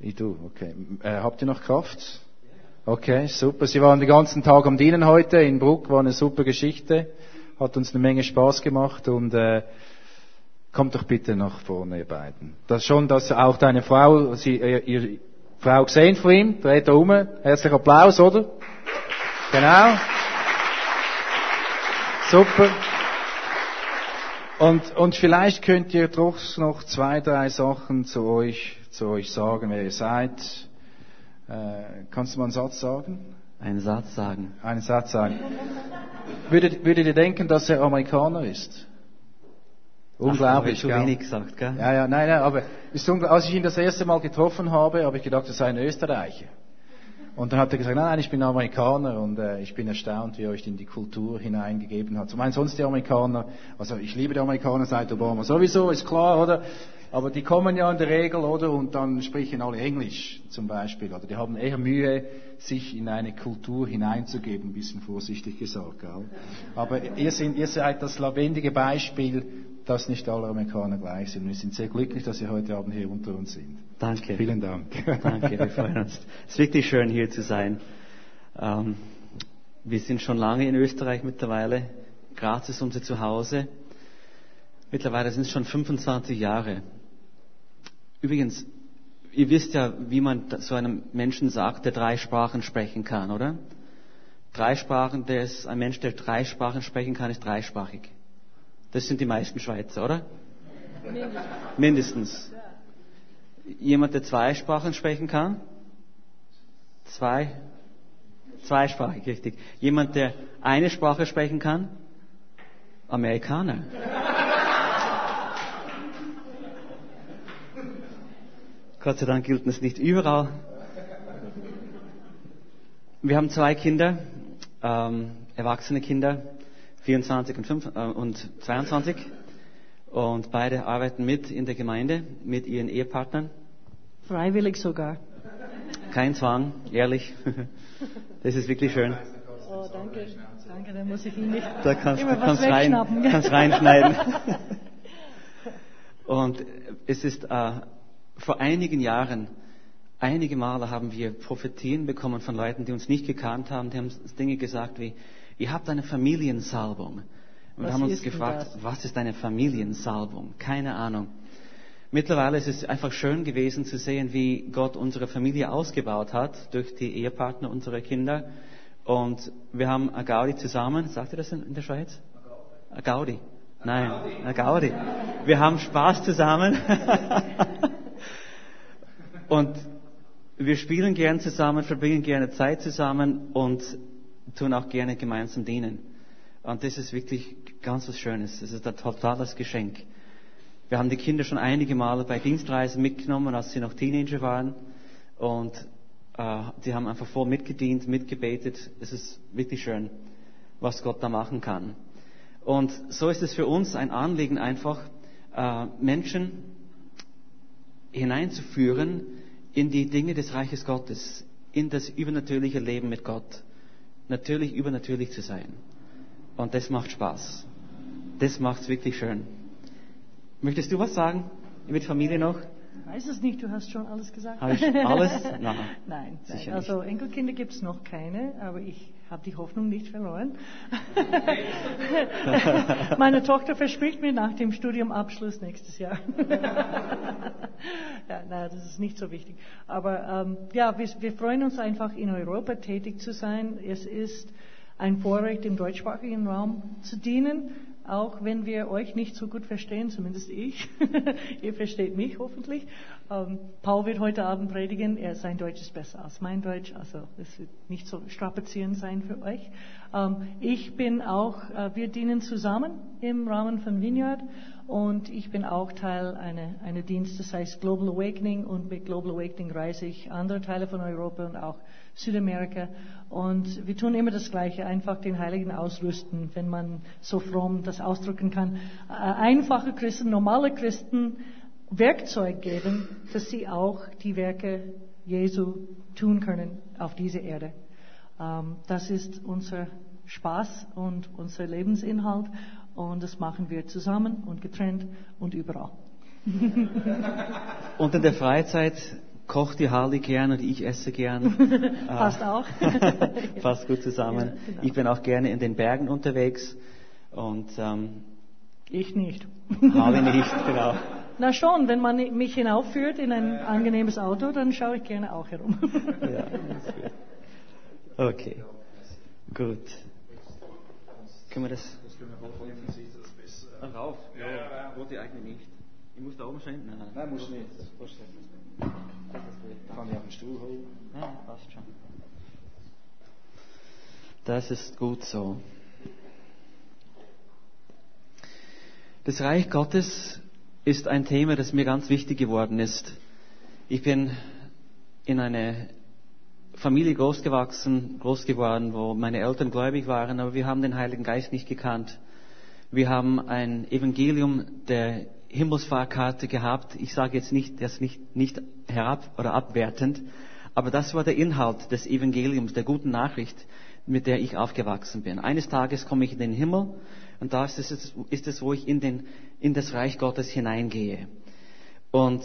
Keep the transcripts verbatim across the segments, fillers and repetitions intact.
Ich du, okay. Äh, habt ihr noch Kraft? Okay, super. Sie waren den ganzen Tag am Dienen heute in Bruck, war eine super Geschichte, hat uns eine Menge Spaß gemacht und äh, kommt doch bitte nach vorne, ihr beiden. Das schon, dass auch deine Frau, sie, ihr, ihr Frau gesehen von ihm, dreht da um. Herzlichen Applaus, oder? Genau. Super. Und, und vielleicht könnt ihr doch noch zwei, drei Sachen zu euch, zu euch sagen, wer ihr seid. Äh, kannst du mal einen Satz sagen? Einen Satz sagen. Einen Satz sagen. Würdet, würdet ihr denken, dass er Amerikaner ist? Unglaublich. Ach, hab ich zu wenig gesagt, gell? Ja, ja, nein, nein, aber ist als ich ihn das erste Mal getroffen habe, habe ich gedacht, er sei ein Österreicher. Und dann hat er gesagt, nein, nein, ich bin Amerikaner und äh, ich bin erstaunt, wie er euch in die Kultur hineingegeben hat. Ich meine, sonst die Amerikaner, also ich liebe die Amerikaner seit Obama, sowieso, ist klar, oder? Aber die kommen ja in der Regel, oder? Und dann sprechen alle Englisch zum Beispiel, oder? Die haben eher Mühe, sich in eine Kultur hineinzugeben, ein bisschen vorsichtig gesagt, gell? Aber ihr, sind, ihr seid das lebendige Beispiel, dass nicht alle Amerikaner gleich sind. Wir sind sehr glücklich, dass Sie heute Abend hier unter uns sind. Danke. Vielen Dank. Danke, wir freuen uns. Es ist wirklich schön, hier zu sein. Ähm, wir sind schon lange in Österreich mittlerweile. Graz ist unser Zuhause. Mittlerweile sind es schon fünfundzwanzig Jahre. Übrigens, ihr wisst ja, wie man so einem Menschen sagt, der drei Sprachen sprechen kann, oder? Drei Sprachen, der ist, ein Mensch, der drei Sprachen sprechen kann, ist dreisprachig. Das sind die meisten Schweizer, oder? Mindestens. Mindestens. Jemand, der zwei Sprachen sprechen kann? Zwei? Zweisprachig, richtig. Jemand, der eine Sprache sprechen kann? Amerikaner. Gott sei Dank gilt das nicht überall. Wir haben zwei Kinder, ähm, erwachsene Kinder, vierundzwanzig und, fünf, äh, und zweiundzwanzig. Und beide arbeiten mit in der Gemeinde, mit ihren Ehepartnern. Freiwillig sogar. Kein Zwang, ehrlich. Das ist wirklich schön. Oh, danke. Danke, dann muss ich ihn nicht da kannst, immer du was kannst, rein, kannst reinschneiden. Und es ist, äh, vor einigen Jahren, einige Male haben wir Prophetien bekommen von Leuten, die uns nicht gekannt haben. Die haben Dinge gesagt wie, ihr habt eine Familiensalbung. Und wir haben uns gefragt, was ist eine Familiensalbung? Keine Ahnung. Mittlerweile ist es einfach schön gewesen zu sehen, wie Gott unsere Familie ausgebaut hat durch die Ehepartner unserer Kinder. Und wir haben eine Gaudi zusammen. Sagt ihr das in der Schweiz? Eine Gaudi. Nein, eine Gaudi. Wir haben Spaß zusammen. Und wir spielen gern zusammen, verbringen gerne Zeit zusammen und tun auch gerne gemeinsam dienen. Und das ist wirklich ganz was Schönes. Das ist ein totales Geschenk. Wir haben die Kinder schon einige Male bei Dienstreisen mitgenommen, als sie noch Teenager waren. Und äh, die haben einfach voll mitgedient, mitgebetet. Es ist wirklich schön, was Gott da machen kann. Und so ist es für uns ein Anliegen, einfach äh, Menschen hineinzuführen in die Dinge des Reiches Gottes, in das übernatürliche Leben mit Gott. Natürlich übernatürlich zu sein. Und das macht Spaß. Das macht's wirklich schön. Möchtest du was sagen? Mit Familie noch? Ich weiß es nicht, du hast schon alles gesagt. Habe ich alles? Nein, nein, sicher nein. Also nicht. Enkelkinder gibt es noch keine, aber ich habe die Hoffnung nicht verloren. Meine Tochter verspricht mir nach dem Studiumabschluss nächstes Jahr. Ja, nein, das ist nicht so wichtig. Aber ähm, ja, wir, wir freuen uns einfach, in Europa tätig zu sein. Es ist ein Vorrecht, im deutschsprachigen Raum zu dienen. Auch wenn wir euch nicht so gut verstehen, zumindest ich. Ihr versteht mich hoffentlich. Ähm, Paul wird heute Abend predigen. Er, sein Deutsch ist besser als mein Deutsch, also es wird nicht so strapazierend sein für euch. Ähm, ich bin auch, äh, wir dienen zusammen im Rahmen von Vineyard und ich bin auch Teil einer eine Dienst, das heißt Global Awakening, und mit Global Awakening reise ich andere Teile von Europa und auch Südamerika. Und wir tun immer das Gleiche, einfach den Heiligen ausrüsten, wenn man so fromm das ausdrücken kann. Äh, einfache Christen, normale Christen Werkzeug geben, dass sie auch die Werke Jesu tun können auf dieser Erde. Ähm, das ist unser Spaß und unser Lebensinhalt, und das machen wir zusammen und getrennt und überall. Und in der Freizeit kocht die Harley gern und ich esse gern. Passt auch. Passt gut zusammen. Ja, genau. Ich bin auch gerne in den Bergen unterwegs. Und ähm, ich nicht. Habe nicht, genau. Na schon, wenn man mich hinaufführt in ein angenehmes Auto, dann schaue ich gerne auch herum. Ja, das ist gut. Okay, gut. Können wir das? Das können wir wohl von Ihnen sehen, das besser. Ach, rauf? Ja, ja, wollte ich eigentlich nicht. Ich muss da oben stehen? Nein, nein. Nein, muss nicht. Das ist gut. Kann ich auf den Stuhl holen? Ja, passt schon. Das ist gut so. Das Reich Gottes ist ein Thema, das mir ganz wichtig geworden ist. Ich bin in eine Familie großgewachsen, groß geworden, wo meine Eltern gläubig waren, aber wir haben den Heiligen Geist nicht gekannt. Wir haben ein Evangelium der Himmelsfahrkarte gehabt. Ich sage jetzt nicht, das nicht, nicht herab oder abwertend, aber das war der Inhalt des Evangeliums, der guten Nachricht, mit der ich aufgewachsen bin. Eines Tages komme ich in den Himmel und da ist es, ist es wo ich in, den, in das Reich Gottes hineingehe. Und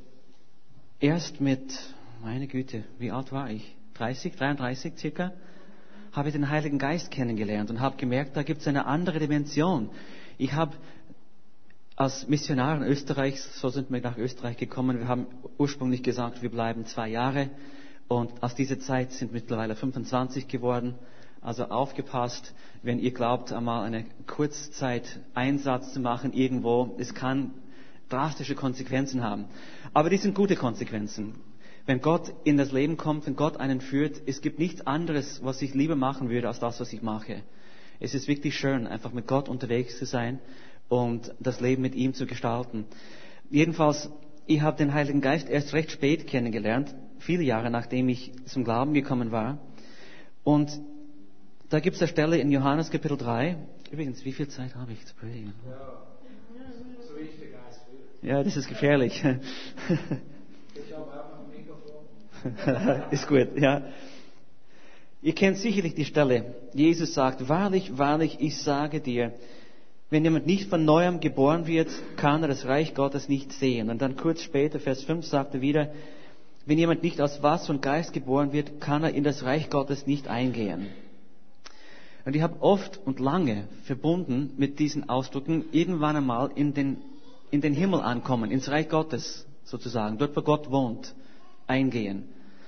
erst mit, meine Güte, wie alt war ich? dreißig, dreiunddreißig circa? Habe ich den Heiligen Geist kennengelernt und habe gemerkt, da gibt es eine andere Dimension. Ich habe als Missionar in Österreich, so sind wir nach Österreich gekommen, wir haben ursprünglich gesagt, wir bleiben zwei Jahre und aus dieser Zeit sind mittlerweile fünfundzwanzig geworden. Also aufgepasst, wenn ihr glaubt, einmal eine Kurzzeit Einsatz zu machen irgendwo, es kann drastische Konsequenzen haben. Aber die sind gute Konsequenzen. Wenn Gott in das Leben kommt, wenn Gott einen führt, es gibt nichts anderes, was ich lieber machen würde, als das, was ich mache. Es ist wirklich schön, einfach mit Gott unterwegs zu sein und das Leben mit ihm zu gestalten. Jedenfalls, ich habe den Heiligen Geist erst recht spät kennengelernt, viele Jahre nachdem ich zum Glauben gekommen war. Und da gibt es eine Stelle in Johannes Kapitel drei. Übrigens, wie viel Zeit habe ich zu predigen? Ja, so wie ich der Geist will. Ja, das ist gefährlich. Ich habe auch noch ein Mikrofon. Ist gut, ja. Ihr kennt sicherlich die Stelle. Jesus sagt, wahrlich, wahrlich, ich sage dir, wenn jemand nicht von Neuem geboren wird, kann er das Reich Gottes nicht sehen. Und dann kurz später, Vers fünf, sagt er wieder, wenn jemand nicht aus Wasser und Geist geboren wird, kann er in das Reich Gottes nicht eingehen. Und ich habe oft und lange verbunden mit diesen Ausdrücken irgendwann einmal in den, in den Himmel ankommen, ins Reich Gottes sozusagen, dort wo Gott wohnt, eingehen.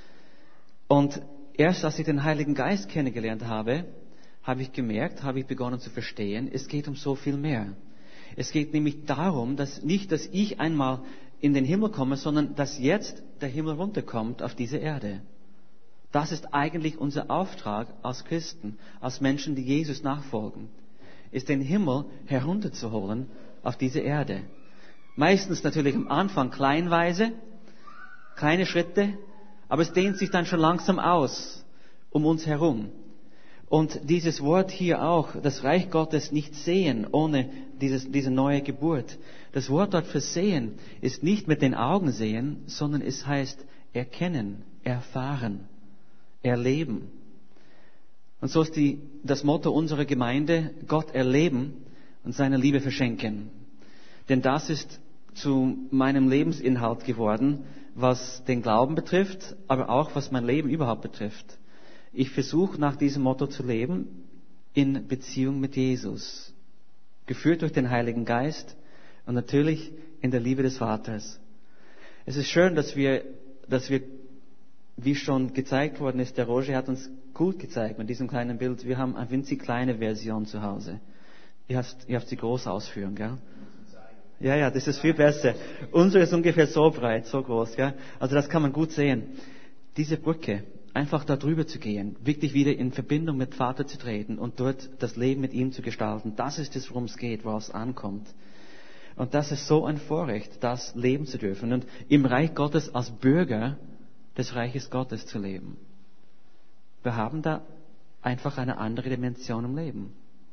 Und erst als ich den Heiligen Geist kennengelernt habe, habe ich gemerkt, habe ich begonnen zu verstehen, es geht um so viel mehr. Es geht nämlich darum, dass nicht, dass ich einmal in den Himmel komme, sondern dass jetzt der Himmel runterkommt auf diese Erde. Das ist eigentlich unser Auftrag als Christen, als Menschen, die Jesus nachfolgen, ist den Himmel herunterzuholen auf diese Erde. Meistens natürlich am Anfang kleinweise, kleine Schritte, aber es dehnt sich dann schon langsam aus um uns herum. Und dieses Wort hier auch, das Reich Gottes nicht sehen ohne dieses, diese neue Geburt. Das Wort dort für sehen ist nicht mit den Augen sehen, sondern es heißt erkennen, erfahren, erleben. Und so ist die, das Motto unserer Gemeinde, Gott erleben und seine Liebe verschenken. Denn das ist zu meinem Lebensinhalt geworden, was den Glauben betrifft, aber auch was mein Leben überhaupt betrifft. Ich versuche nach diesem Motto zu leben, in Beziehung mit Jesus, geführt durch den Heiligen Geist und natürlich in der Liebe des Vaters. Es ist schön, dass wir, dass wir, wie schon gezeigt worden ist, der Roger hat uns gut gezeigt mit diesem kleinen Bild. Wir haben eine winzig kleine Version zu Hause. Ihr habt, ihr habt sie groß ausführen, gell? Ja, ja, das ist viel besser. Unsere ist ungefähr so breit, so groß, gell? Also das kann man gut sehen. Diese Brücke, einfach da drüber zu gehen, wirklich wieder in Verbindung mit Vater zu treten und dort das Leben mit ihm zu gestalten, das ist es, worum es geht, worauf es ankommt. Und das ist so ein Vorrecht, das leben zu dürfen und im Reich Gottes als Bürger des Reiches Gottes zu leben. Wir haben da einfach eine andere Dimension im Leben.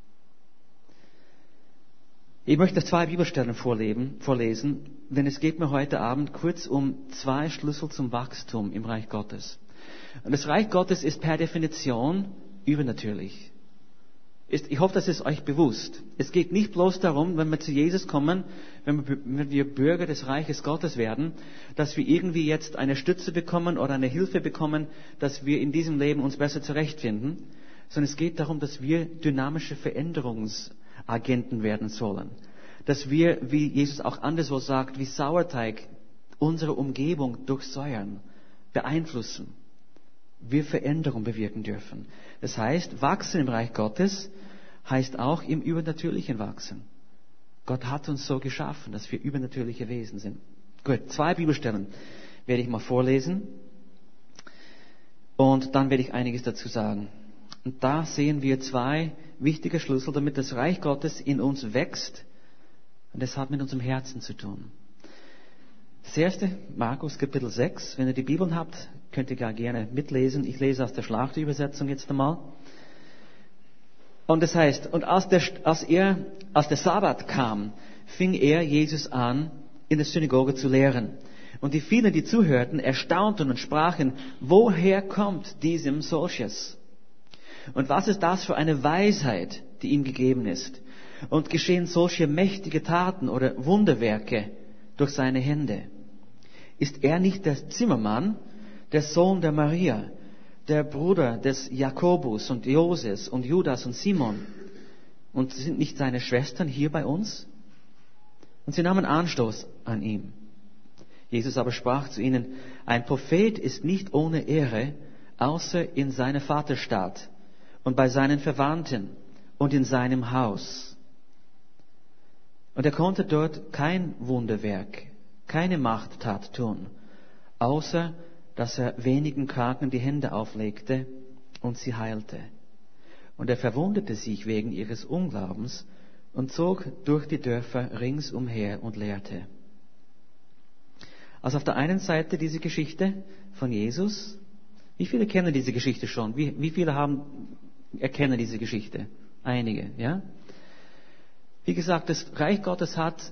Ich möchte zwei Bibelstellen vorleben, vorlesen, denn es geht mir heute Abend kurz um zwei Schlüssel zum Wachstum im Reich Gottes. Und das Reich Gottes ist per Definition übernatürlich. ist, ich hoffe, das ist euch bewusst. Es geht nicht bloß darum, wenn wir zu Jesus kommen, wenn wir, wenn wir Bürger des Reiches Gottes werden, dass wir irgendwie jetzt eine Stütze bekommen oder eine Hilfe bekommen, dass wir in diesem Leben uns besser zurechtfinden, sondern es geht darum, dass wir dynamische Veränderungsagenten werden sollen. Dass wir, wie Jesus auch anderswo sagt, wie Sauerteig unsere Umgebung durchsäuern, beeinflussen. Wir Veränderung bewirken dürfen. Das heißt, wachsen im Reich Gottes heißt auch im Übernatürlichen wachsen. Gott hat uns so geschaffen, dass wir übernatürliche Wesen sind. Gut, zwei Bibelstellen werde ich mal vorlesen und dann werde ich einiges dazu sagen. Und da sehen wir zwei wichtige Schlüssel, damit das Reich Gottes in uns wächst, und das hat mit unserem Herzen zu tun. Das erste, Markus Kapitel sechs. Wenn ihr die Bibeln habt, könnt ihr gar gerne mitlesen. Ich lese aus der Schlachterübersetzung jetzt einmal. Und das heißt, und als der, als er, als der Sabbat kam, fing er, Jesus an, in der Synagoge zu lehren. Und die vielen, die zuhörten, erstaunten und sprachen, woher kommt diesem solches? Und was ist das für eine Weisheit, die ihm gegeben ist? Und geschehen solche mächtige Taten oder Wunderwerke durch seine Hände? Ist er nicht der Zimmermann, der Sohn der Maria, der Bruder des Jakobus und Joses und Judas und Simon? Und sind nicht seine Schwestern hier bei uns? Und sie nahmen Anstoß an ihm. Jesus aber sprach zu ihnen, ein Prophet ist nicht ohne Ehre, außer in seiner Vaterstadt und bei seinen Verwandten und in seinem Haus. Und er konnte dort kein Wunderwerk, keine Machttat tun, außer dass er wenigen Kranken die Hände auflegte und sie heilte. Und er verwunderte sich wegen ihres Unglaubens und zog durch die Dörfer ringsumher und lehrte. Also auf der einen Seite diese Geschichte von Jesus. Wie viele kennen diese Geschichte schon? Wie, wie viele haben, erkennen diese Geschichte? Einige, ja? Wie gesagt, das Reich Gottes hat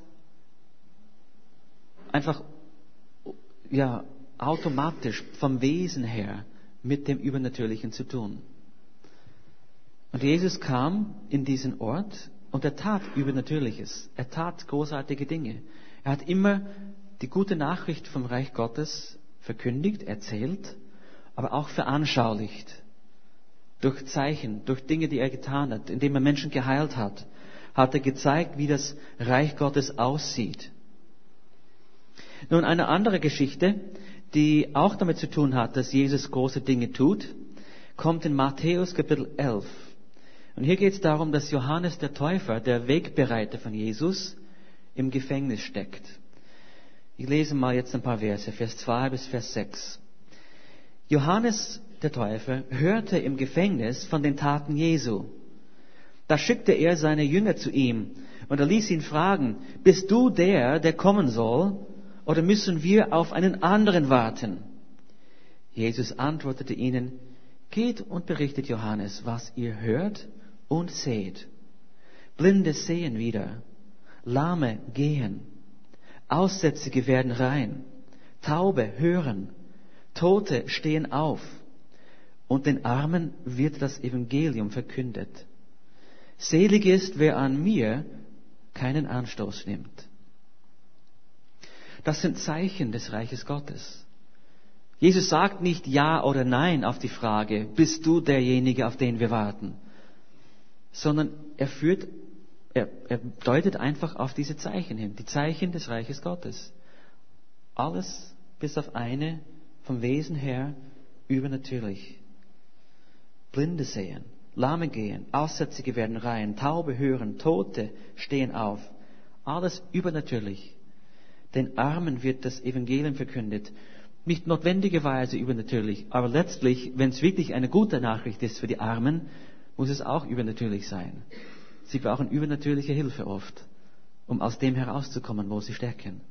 einfach, ja, automatisch vom Wesen her mit dem Übernatürlichen zu tun. Und Jesus kam in diesen Ort und er tat Übernatürliches. Er tat großartige Dinge. Er hat immer die gute Nachricht vom Reich Gottes verkündigt, erzählt, aber auch veranschaulicht. Durch Zeichen, durch Dinge, die er getan hat, indem er Menschen geheilt hat, hat er gezeigt, wie das Reich Gottes aussieht. Nun, eine andere Geschichte, die auch damit zu tun hat, dass Jesus große Dinge tut, kommt in Matthäus Kapitel elf. Und hier geht es darum, dass Johannes der Täufer, der Wegbereiter von Jesus, im Gefängnis steckt. Ich lese mal jetzt ein paar Verse, Vers zwei bis Vers sechs. Johannes der Täufer hörte im Gefängnis von den Taten Jesu. Da schickte er seine Jünger zu ihm und er ließ ihn fragen, bist du der, der kommen soll, oder müssen wir auf einen anderen warten? Jesus antwortete ihnen, geht und berichtet Johannes, was ihr hört und seht. Blinde sehen wieder, Lahme gehen, Aussätzige werden rein, Taube hören, Tote stehen auf und den Armen wird das Evangelium verkündet. Selig ist, wer an mir keinen Anstoß nimmt. Das sind Zeichen des Reiches Gottes. Jesus sagt nicht Ja oder Nein auf die Frage, bist du derjenige, auf den wir warten? Sondern er führt, er, er deutet einfach auf diese Zeichen hin, die Zeichen des Reiches Gottes. Alles bis auf eine, vom Wesen her, übernatürlich. Blinde sehen, Lahme gehen, Aussätzige werden rein, Taube hören, Tote stehen auf. Alles übernatürlich. Den Armen wird das Evangelium verkündet. Nicht notwendigerweise übernatürlich, aber letztlich, wenn es wirklich eine gute Nachricht ist für die Armen, muss es auch übernatürlich sein. Sie brauchen übernatürliche Hilfe oft, um aus dem herauszukommen, wo sie stecken.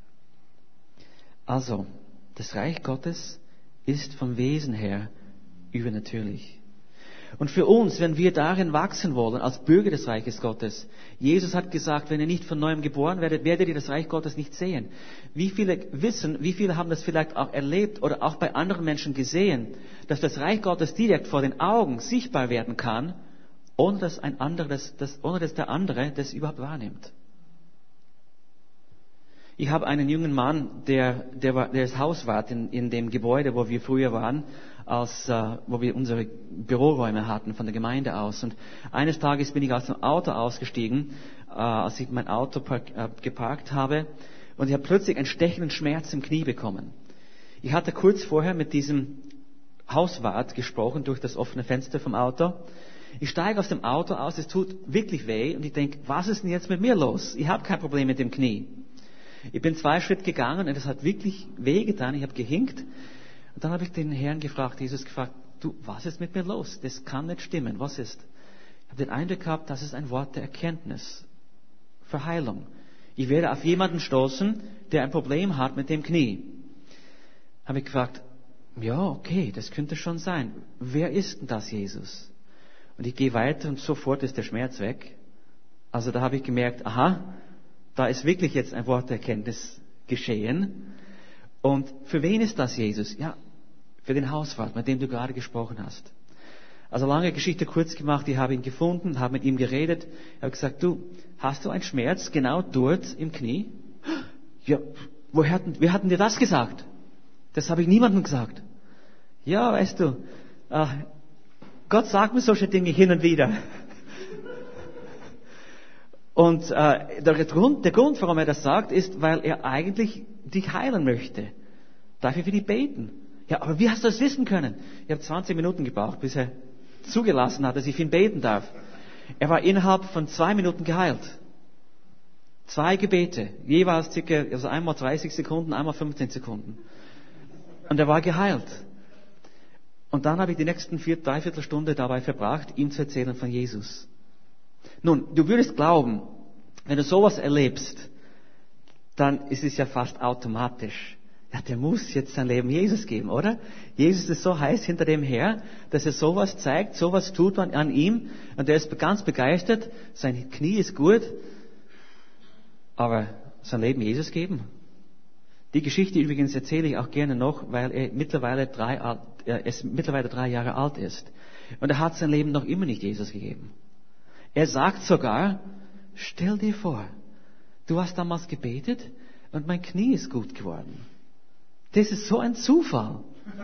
Also, das Reich Gottes ist vom Wesen her übernatürlich. Und für uns, wenn wir darin wachsen wollen, als Bürger des Reiches Gottes, Jesus hat gesagt, wenn ihr nicht von neuem geboren werdet, werdet ihr das Reich Gottes nicht sehen. Wie viele wissen, wie viele haben das vielleicht auch erlebt oder auch bei anderen Menschen gesehen, dass das Reich Gottes direkt vor den Augen sichtbar werden kann ohne dass ein anderer, das, das, ohne dass der andere das überhaupt wahrnimmt. Ich habe einen jungen Mann, der, der, war, der ist Hauswart in, in dem Gebäude, wo wir früher waren, als, äh, wo wir unsere Büroräume hatten von der Gemeinde aus. Und eines Tages bin ich aus dem Auto ausgestiegen, äh, als ich mein Auto park, äh, geparkt habe, und ich habe plötzlich einen stechenden Schmerz im Knie bekommen. Ich hatte kurz vorher mit diesem Hauswart gesprochen durch das offene Fenster vom Auto. Ich steige aus dem Auto aus, es tut wirklich weh, und ich denke, was ist denn jetzt mit mir los? Ich habe kein Problem mit dem Knie. Ich bin zwei Schritte gegangen und es hat wirklich wehgetan. Ich habe gehinkt. Und dann habe ich den Herrn gefragt, Jesus gefragt, du, was ist mit mir los? Das kann nicht stimmen. Was ist? Ich habe den Eindruck gehabt, das ist ein Wort der Erkenntnis. Für Heilung. Ich werde auf jemanden stoßen, der ein Problem hat mit dem Knie. Habe ich gefragt, ja, okay, das könnte schon sein. Wer ist denn das, Jesus? Und ich gehe weiter und sofort ist der Schmerz weg. Also da habe ich gemerkt, aha, da ist wirklich jetzt ein Wort der Erkenntnis geschehen. Und für wen ist das, Jesus? Ja, für den Hauswart, mit dem du gerade gesprochen hast. Also lange Geschichte kurz gemacht, ich habe ihn gefunden, habe mit ihm geredet. Ich habe gesagt, du, hast du einen Schmerz genau dort im Knie? Ja, woher hatten, wer hat denn dir das gesagt? Das habe ich niemandem gesagt. Ja, weißt du, äh, Gott sagt mir solche Dinge hin und wieder. Und äh, der, Grund, der Grund, warum er das sagt, ist, weil er eigentlich dich heilen möchte. Darf ich für dich beten? Ja, aber wie hast du das wissen können? Ich habe zwanzig Minuten gebraucht, bis er zugelassen hat, dass ich für ihn beten darf. Er war innerhalb von zwei Minuten geheilt. Zwei Gebete, jeweils circa, also einmal dreißig Sekunden, einmal fünfzehn Sekunden. Und er war geheilt. Und dann habe ich die nächsten vier, dreiviertel Stunde dabei verbracht, ihm zu erzählen von Jesus. Nun, du würdest glauben, wenn du sowas erlebst, dann ist es ja fast automatisch. Ja, der muss jetzt sein Leben Jesus geben, oder? Jesus ist so heiß hinter dem her, dass er sowas zeigt, sowas tut man an ihm, und er ist ganz begeistert, sein Knie ist gut, aber sein Leben Jesus geben? Die Geschichte übrigens erzähle ich auch gerne noch, weil er mittlerweile drei, er ist mittlerweile drei Jahre alt ist. Und er hat sein Leben noch immer nicht Jesus gegeben. Er sagt sogar, stell dir vor, du hast damals gebetet und mein Knie ist gut geworden. Das ist so ein Zufall.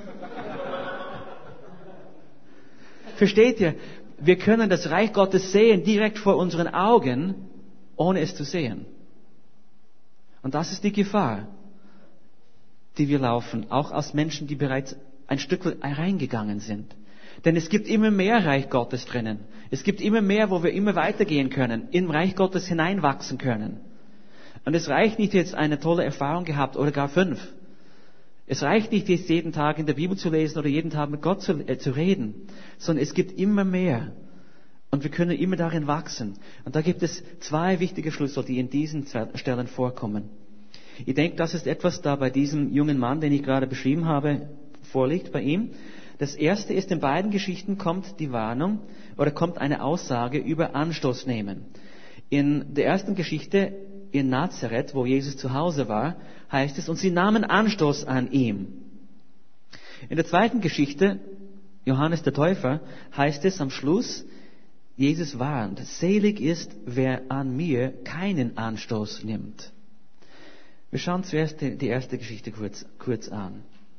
Versteht ihr? Wir können das Reich Gottes sehen, direkt vor unseren Augen, ohne es zu sehen. Und das ist die Gefahr, die wir laufen, auch als Menschen, die bereits ein Stück reingegangen sind. Denn es gibt immer mehr Reich Gottes drinnen. Es gibt immer mehr, wo wir immer weitergehen können, im Reich Gottes hineinwachsen können. Und es reicht nicht, jetzt eine tolle Erfahrung gehabt oder gar fünf. Es reicht nicht, jetzt jeden Tag in der Bibel zu lesen oder jeden Tag mit Gott zu, äh, zu reden, sondern es gibt immer mehr. Und wir können immer darin wachsen. Und da gibt es zwei wichtige Schlüssel, die in diesen Stellen vorkommen. Ich denke, das ist etwas da bei diesem jungen Mann, den ich gerade beschrieben habe, vorliegt bei ihm. Das erste ist, in beiden Geschichten kommt die Warnung oder kommt eine Aussage über Anstoß nehmen. In der ersten Geschichte in Nazareth, wo Jesus zu Hause war, heißt es, und sie nahmen Anstoß an ihm. In der zweiten Geschichte, Johannes der Täufer, heißt es am Schluss, Jesus warnt, selig ist, wer an mir keinen Anstoß nimmt. Wir schauen zuerst die erste Geschichte kurz, kurz an.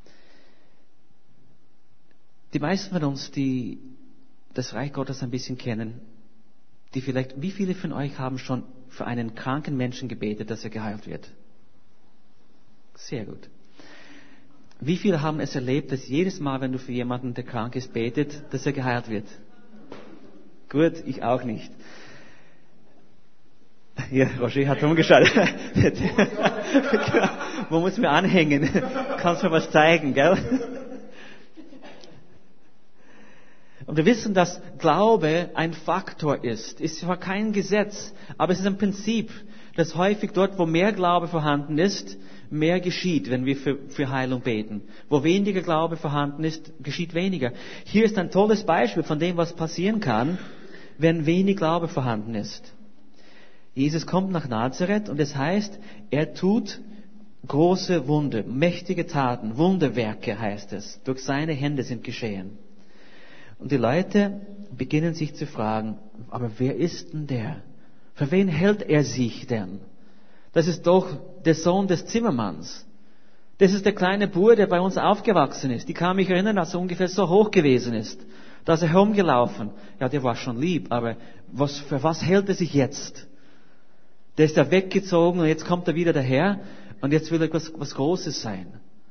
Die meisten von uns, die das Reich Gottes ein bisschen kennen, die vielleicht, wie viele von euch haben schon für einen kranken Menschen gebetet, dass er geheilt wird? Sehr gut. Wie viele haben es erlebt, dass jedes Mal, wenn du für jemanden, der krank ist, betet, dass er geheilt wird? Gut, ich auch nicht. Ja, Roger hat umgeschaut. Wo muss mir anhängen? Kannst du mir was zeigen, gell? Und wir wissen, dass Glaube ein Faktor ist. Es ist zwar kein Gesetz, aber es ist ein Prinzip, dass häufig dort, wo mehr Glaube vorhanden ist, mehr geschieht, wenn wir für, für Heilung beten. Wo weniger Glaube vorhanden ist, geschieht weniger. Hier ist ein tolles Beispiel von dem, was passieren kann, wenn wenig Glaube vorhanden ist. Jesus kommt nach Nazareth und es heißt, er tut große Wunder, mächtige Taten, Wunderwerke heißt es. Durch seine Hände sind geschehen. Und die Leute beginnen sich zu fragen, aber wer ist denn der? Für wen hält er sich denn? Das ist doch der Sohn des Zimmermanns. Das ist der kleine Bur, der bei uns aufgewachsen ist. Ich kann mich erinnern, als er ungefähr so hoch gewesen ist. Da ist er herumgelaufen. Ja, der war schon lieb, aber was, für was hält er sich jetzt? Der ist ja weggezogen und jetzt kommt er wieder daher und jetzt will er was, was Großes sein.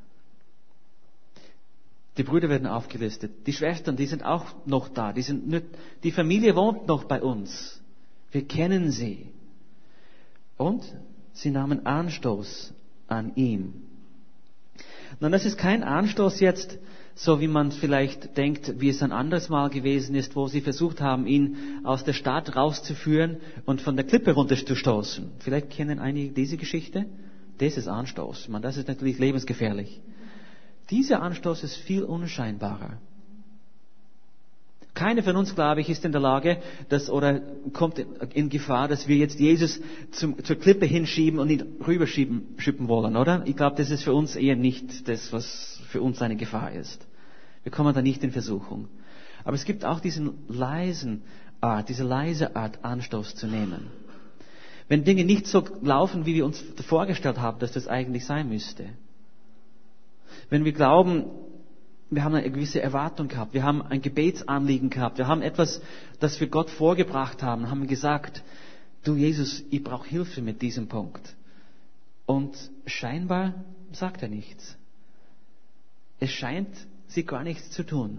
Die Brüder werden aufgelistet. Die Schwestern, die sind auch noch da. Die, sind nicht, die Familie wohnt noch bei uns. Wir kennen sie. Und sie nahmen Anstoß an ihm. Nun, das ist kein Anstoß jetzt, so wie man vielleicht denkt, wie es ein anderes Mal gewesen ist, wo sie versucht haben, ihn aus der Stadt rauszuführen und von der Klippe runterzustoßen. Vielleicht kennen einige diese Geschichte. Das ist Anstoß. Ich meine, das ist natürlich lebensgefährlich. Dieser Anstoß ist viel unscheinbarer. Keiner von uns, glaube ich, ist in der Lage, dass, oder kommt in Gefahr, dass wir jetzt Jesus zum, zur Klippe hinschieben und ihn rüberschieben schippen wollen, oder? Ich glaube, das ist für uns eher nicht das, was für uns eine Gefahr ist. Wir kommen da nicht in Versuchung. Aber es gibt auch diesen leisen Art, diese leise Art, Anstoß zu nehmen. Wenn Dinge nicht so laufen, wie wir uns vorgestellt haben, dass das eigentlich sein müsste. Wenn wir glauben, wir haben eine gewisse Erwartung gehabt, wir haben ein Gebetsanliegen gehabt, wir haben etwas, das wir Gott vorgebracht haben, haben gesagt, du Jesus, ich brauche Hilfe mit diesem Punkt. Und scheinbar sagt er nichts. Es scheint, sie gar nichts zu tun.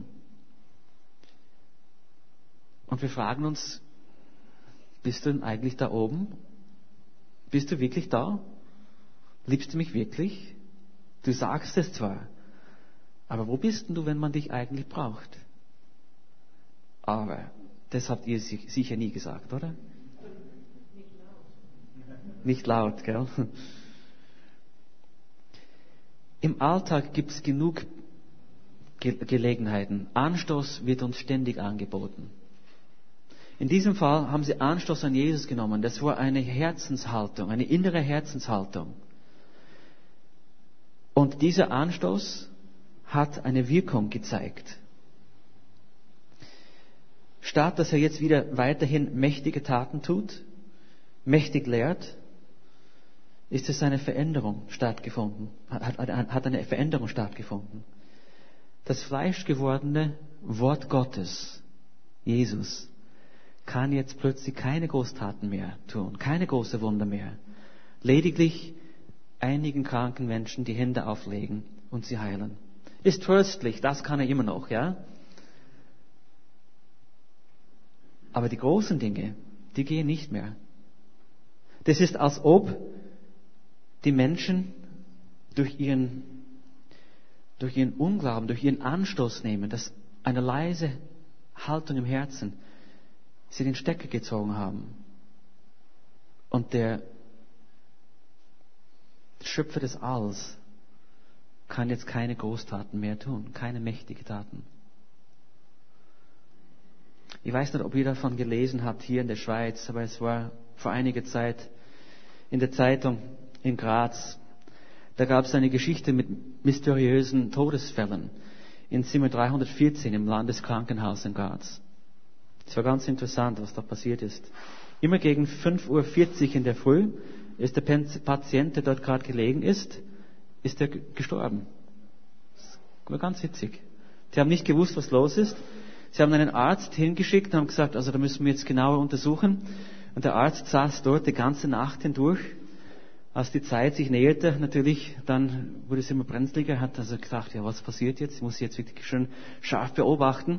Und wir fragen uns, bist du denn eigentlich da oben? Bist du wirklich da? Liebst du mich wirklich? Du sagst es zwar, aber wo bist denn du, wenn man dich eigentlich braucht? Aber das habt ihr sicher nie gesagt, oder? Nicht laut, gell? Im Alltag gibt es genug Ge- Gelegenheiten. Anstoß wird uns ständig angeboten. In diesem Fall haben sie Anstoß an Jesus genommen. Das war eine Herzenshaltung, eine innere Herzenshaltung. Und dieser Anstoß hat eine Wirkung gezeigt. Statt dass er jetzt wieder weiterhin mächtige Taten tut, mächtig lehrt, ist es eine Veränderung stattgefunden, hat, hat eine Veränderung stattgefunden. Das fleischgewordene Wort Gottes, Jesus, kann jetzt plötzlich keine Großtaten mehr tun, keine große Wunder mehr. Lediglich einigen kranken Menschen die Hände auflegen und sie heilen. Ist tröstlich, das kann er immer noch, ja? Aber die großen Dinge, die gehen nicht mehr. Das ist, als ob die Menschen durch ihren, durch ihren Unglauben, durch ihren Anstoß nehmen, dass eine leise Haltung im Herzen, sie den Stecker gezogen haben. Und der Schöpfer des Alls kann jetzt keine Großtaten mehr tun, keine mächtigen Taten. Ich weiß nicht, ob ihr davon gelesen habt hier in der Schweiz, aber es war vor einiger Zeit in der Zeitung in Graz. Da gab es eine Geschichte mit mysteriösen Todesfällen in Zimmer dreihundertvierzehn im Landeskrankenhaus in Graz. Es war ganz interessant, was da passiert ist. Immer gegen fünf Uhr vierzig in der Früh ist der Patient, der dort gerade gelegen ist, ist er gestorben. Das war ganz witzig. Sie haben nicht gewusst, was los ist. Sie haben einen Arzt hingeschickt und haben gesagt, also da müssen wir jetzt genauer untersuchen. Und der Arzt saß dort die ganze Nacht hindurch. Als die Zeit sich näherte, natürlich, dann wurde es immer brenzliger, hat also gedacht, ja, was passiert jetzt? Ich muss jetzt wirklich schön scharf beobachten.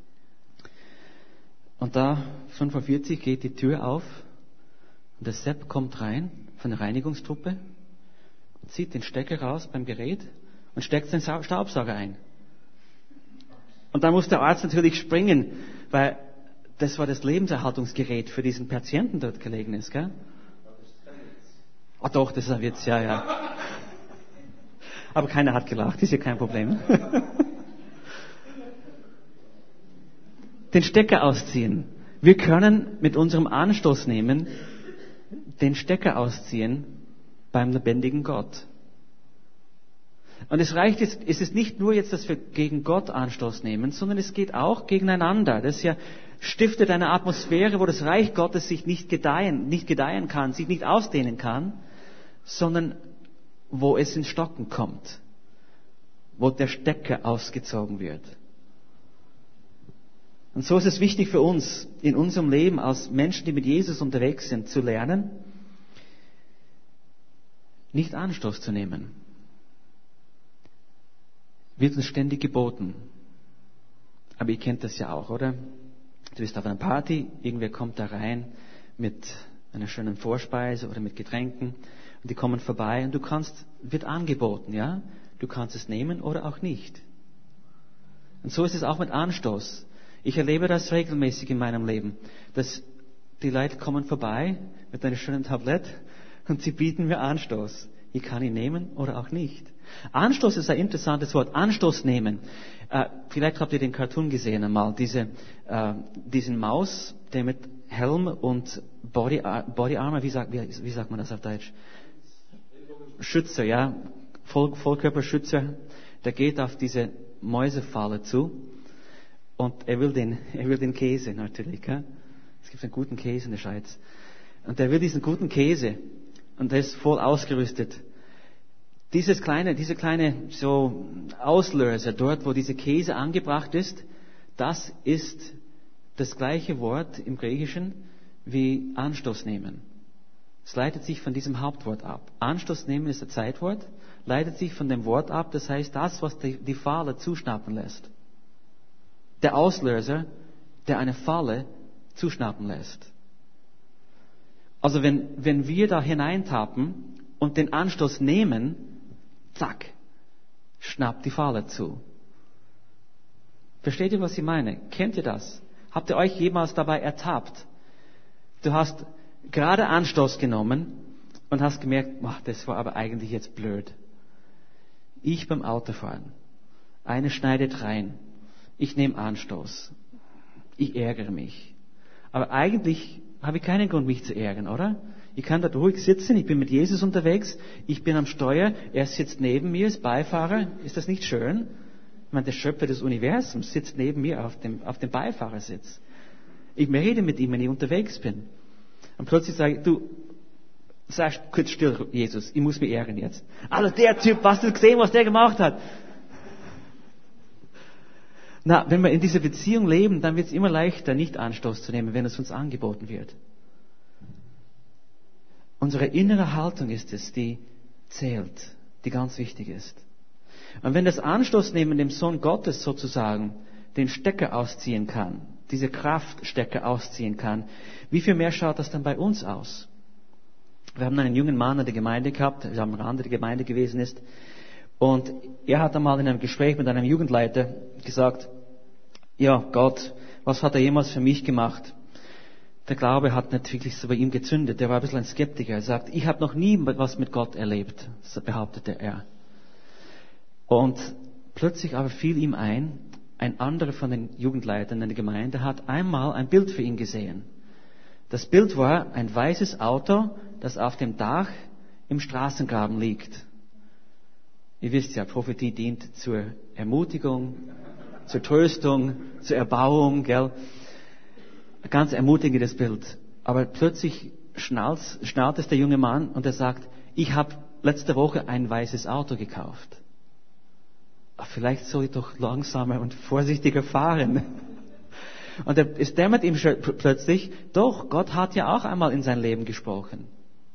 Und da, fünf Uhr vierzig, geht die Tür auf und der Sepp kommt rein von der Reinigungstruppe, zieht den Stecker raus beim Gerät und steckt den Staubsauger ein. Und dann muss der Arzt natürlich springen, weil das war das Lebenserhaltungsgerät für diesen Patienten dort gelegen ist, gell? Ah, doch, das ist ein Witz, ja, ja. Aber keiner hat gelacht, ist ja kein Problem. Den Stecker ausziehen. Wir können mit unserem Anstoß nehmen, den Stecker ausziehen beim lebendigen Gott. Und es reicht jetzt, es ist nicht nur jetzt, dass wir gegen Gott Anstoß nehmen, sondern es geht auch gegeneinander. Das ja stiftet eine Atmosphäre, wo das Reich Gottes sich nicht gedeihen, nicht gedeihen kann, sich nicht ausdehnen kann, sondern wo es ins Stocken kommt, wo der Stecker ausgezogen wird. Und so ist es wichtig für uns, in unserem Leben als Menschen, die mit Jesus unterwegs sind, zu lernen, nicht Anstoß zu nehmen. Wird uns ständig geboten. Aber ihr kennt das ja auch, oder? Du bist auf einer Party, irgendwer kommt da rein mit einer schönen Vorspeise oder mit Getränken und die kommen vorbei und du kannst, wird angeboten, ja? Du kannst es nehmen oder auch nicht. Und so ist es auch mit Anstoß. Ich erlebe das regelmäßig in meinem Leben, dass die Leute kommen vorbei mit einem schönen Tablett und sie bieten mir Anstoß. Ich kann ihn nehmen oder auch nicht. Anstoß ist ein interessantes Wort. Anstoß nehmen. Äh, vielleicht habt ihr den Cartoon gesehen einmal. Diese, äh, diesen Maus, der mit Helm und Body, Body Armor, wie sagt, wie, wie sagt man das auf Deutsch? Schützer, ja. Voll, Vollkörperschützer. Der geht auf diese Mäusefalle zu. Und er will den, er will den Käse natürlich. Ja? Es gibt einen guten Käse in der Schweiz. Und er will diesen guten Käse. Und er ist voll ausgerüstet. Dieses kleine, diese kleine, so Auslöser dort, wo dieser Käse angebracht ist, das ist das gleiche Wort im Griechischen wie Anstoß nehmen. Es leitet sich von diesem Hauptwort ab. Anstoß nehmen ist ein Zeitwort, leitet sich von dem Wort ab, das heißt das, was die, die Falle zuschnappen lässt. Der Auslöser, der eine Falle zuschnappen lässt. Also wenn, wenn wir da hineintappen und den Anstoß nehmen, zack, schnappt die Falle zu. Versteht ihr, was ich meine? Kennt ihr das? Habt ihr euch jemals dabei ertappt? Du hast gerade Anstoß genommen und hast gemerkt, ach, das war aber eigentlich jetzt blöd. Ich beim Autofahren. Eine schneidet rein. Ich nehme Anstoß. Ich ärgere mich. Aber eigentlich habe ich keinen Grund, mich zu ärgern, oder? Ich kann da ruhig sitzen, ich bin mit Jesus unterwegs, ich bin am Steuer, er sitzt neben mir, ist Beifahrer. Ist das nicht schön? Ich meine, der Schöpfer des Universums sitzt neben mir auf dem, auf dem Beifahrersitz. Ich rede mit ihm, wenn ich unterwegs bin. Und plötzlich sage ich, du, sag kurz still, Jesus, ich muss mich ärgern jetzt. Also der Typ, hast du gesehen, was der gemacht hat? Na, wenn wir in dieser Beziehung leben, dann wird es immer leichter, nicht Anstoß zu nehmen, wenn es uns angeboten wird. Unsere innere Haltung ist es, die zählt, die ganz wichtig ist. Und wenn das Anstoßnehmen dem Sohn Gottes sozusagen den Stecker ausziehen kann, diese Kraftstecker ausziehen kann, wie viel mehr schaut das dann bei uns aus? Wir haben einen jungen Mann in der Gemeinde gehabt, wir haben am Rande der Gemeinde gewesen ist, und er hat einmal in einem Gespräch mit einem Jugendleiter gesagt, ja, Gott, was hat er jemals für mich gemacht? Der Glaube hat nicht wirklich so bei ihm gezündet. Er war ein bisschen ein Skeptiker. Er sagt, ich habe noch nie was mit Gott erlebt, so behauptete er. Und plötzlich aber fiel ihm ein, ein anderer von den Jugendleitern in der Gemeinde hat einmal ein Bild für ihn gesehen. Das Bild war ein weißes Auto, das auf dem Dach im Straßengraben liegt. Ihr wisst ja, Prophetie dient zur Ermutigung, zur Tröstung, zur Erbauung, gell? Ein ganz ermutigendes Bild. Aber plötzlich schnallt, schnallt es der junge Mann und er sagt, ich habe letzte Woche ein weißes Auto gekauft. Ach, vielleicht soll ich doch langsamer und vorsichtiger fahren. Und es dämmert ihm plötzlich, doch, Gott hat ja auch einmal in sein Leben gesprochen.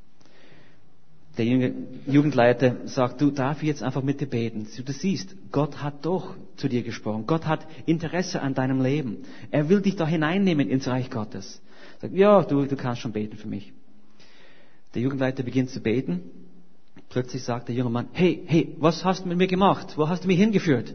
Der Jugendleiter sagt, du, darf ich jetzt einfach mit dir beten? Du siehst, Gott hat doch zu dir gesprochen. Gott hat Interesse an deinem Leben. Er will dich da hineinnehmen ins Reich Gottes. Sagt, ja, du, du kannst schon beten für mich. Der Jugendleiter beginnt zu beten. Plötzlich sagt der junge Mann, hey, hey, was hast du mit mir gemacht? Wo hast du mich hingeführt?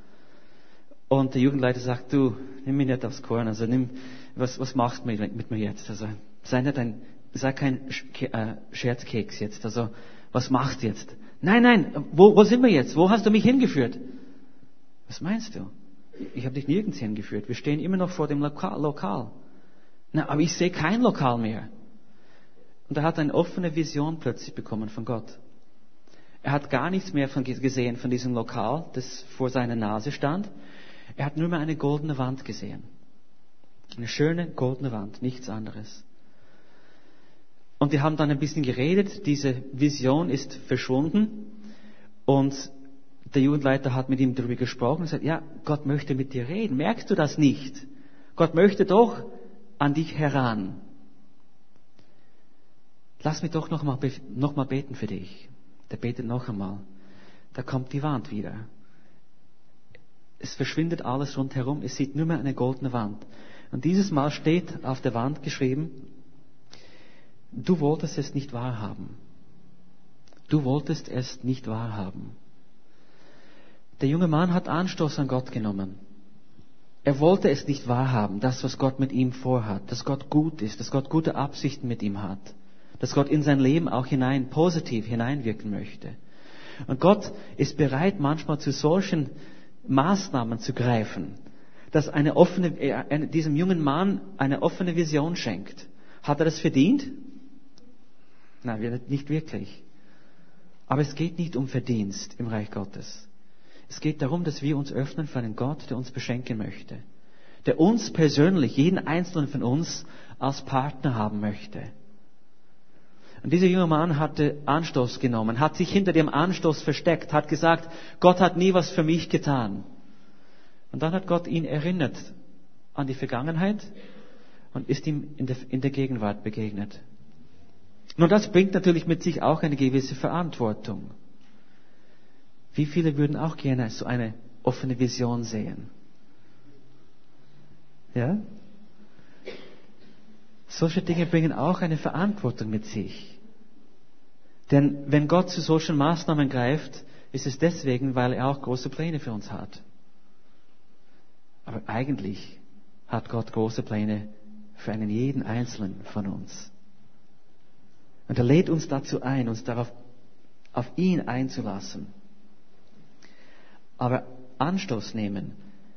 Und der Jugendleiter sagt, du, nimm mich nicht aufs Korn. Also nimm, was, was machst du mit mir jetzt? Also sei nicht ein Sei kein Scherzkeks jetzt. Also, was machst du jetzt? Nein, nein, wo, wo sind wir jetzt? Wo hast du mich hingeführt? Was meinst du? Ich habe dich nirgends hingeführt. Wir stehen immer noch vor dem Lokal. Lokal. Na, aber ich sehe kein Lokal mehr. Und er hat eine offene Vision plötzlich bekommen von Gott. Er hat gar nichts mehr von, gesehen von diesem Lokal, das vor seiner Nase stand. Er hat nur mehr eine goldene Wand gesehen. Eine schöne goldene Wand, nichts anderes. Und wir haben dann ein bisschen geredet, diese Vision ist verschwunden und der Jugendleiter hat mit ihm darüber gesprochen und gesagt, ja, Gott möchte mit dir reden. Merkst du das nicht? Gott möchte doch an dich heran. Lass mich doch noch mal, noch mal beten für dich. Der betet noch einmal. Da kommt die Wand wieder. Es verschwindet alles rundherum. Es sieht nur mehr eine goldene Wand. Und dieses Mal steht auf der Wand geschrieben, du wolltest es nicht wahrhaben. Du wolltest es nicht wahrhaben. Der junge Mann hat Anstoß an Gott genommen. Er wollte es nicht wahrhaben, das, was Gott mit ihm vorhat, dass Gott gut ist, dass Gott gute Absichten mit ihm hat, dass Gott in sein Leben auch hinein, positiv hineinwirken möchte. Und Gott ist bereit, manchmal zu solchen Maßnahmen zu greifen, dass eine offene, äh, diesem jungen Mann eine offene Vision schenkt. Hat er das verdient? Nein, nicht wirklich. Aber es geht nicht um Verdienst im Reich Gottes. Es geht darum, dass wir uns öffnen für einen Gott, der uns beschenken möchte. Der uns persönlich, jeden Einzelnen von uns, als Partner haben möchte. Und dieser junge Mann hatte Anstoß genommen, hat sich hinter dem Anstoß versteckt, hat gesagt, Gott hat nie was für mich getan. Und dann hat Gott ihn erinnert an die Vergangenheit und ist ihm in der, in der Gegenwart begegnet. Nun, das bringt natürlich mit sich auch eine gewisse Verantwortung. Wie viele würden auch gerne so eine offene Vision sehen? Ja? Solche Dinge bringen auch eine Verantwortung mit sich. Denn wenn Gott zu solchen Maßnahmen greift, ist es deswegen, weil er auch große Pläne für uns hat. Aber eigentlich hat Gott große Pläne für einen jeden Einzelnen von uns. Und er lädt uns dazu ein, uns darauf, auf ihn einzulassen. Aber Anstoß nehmen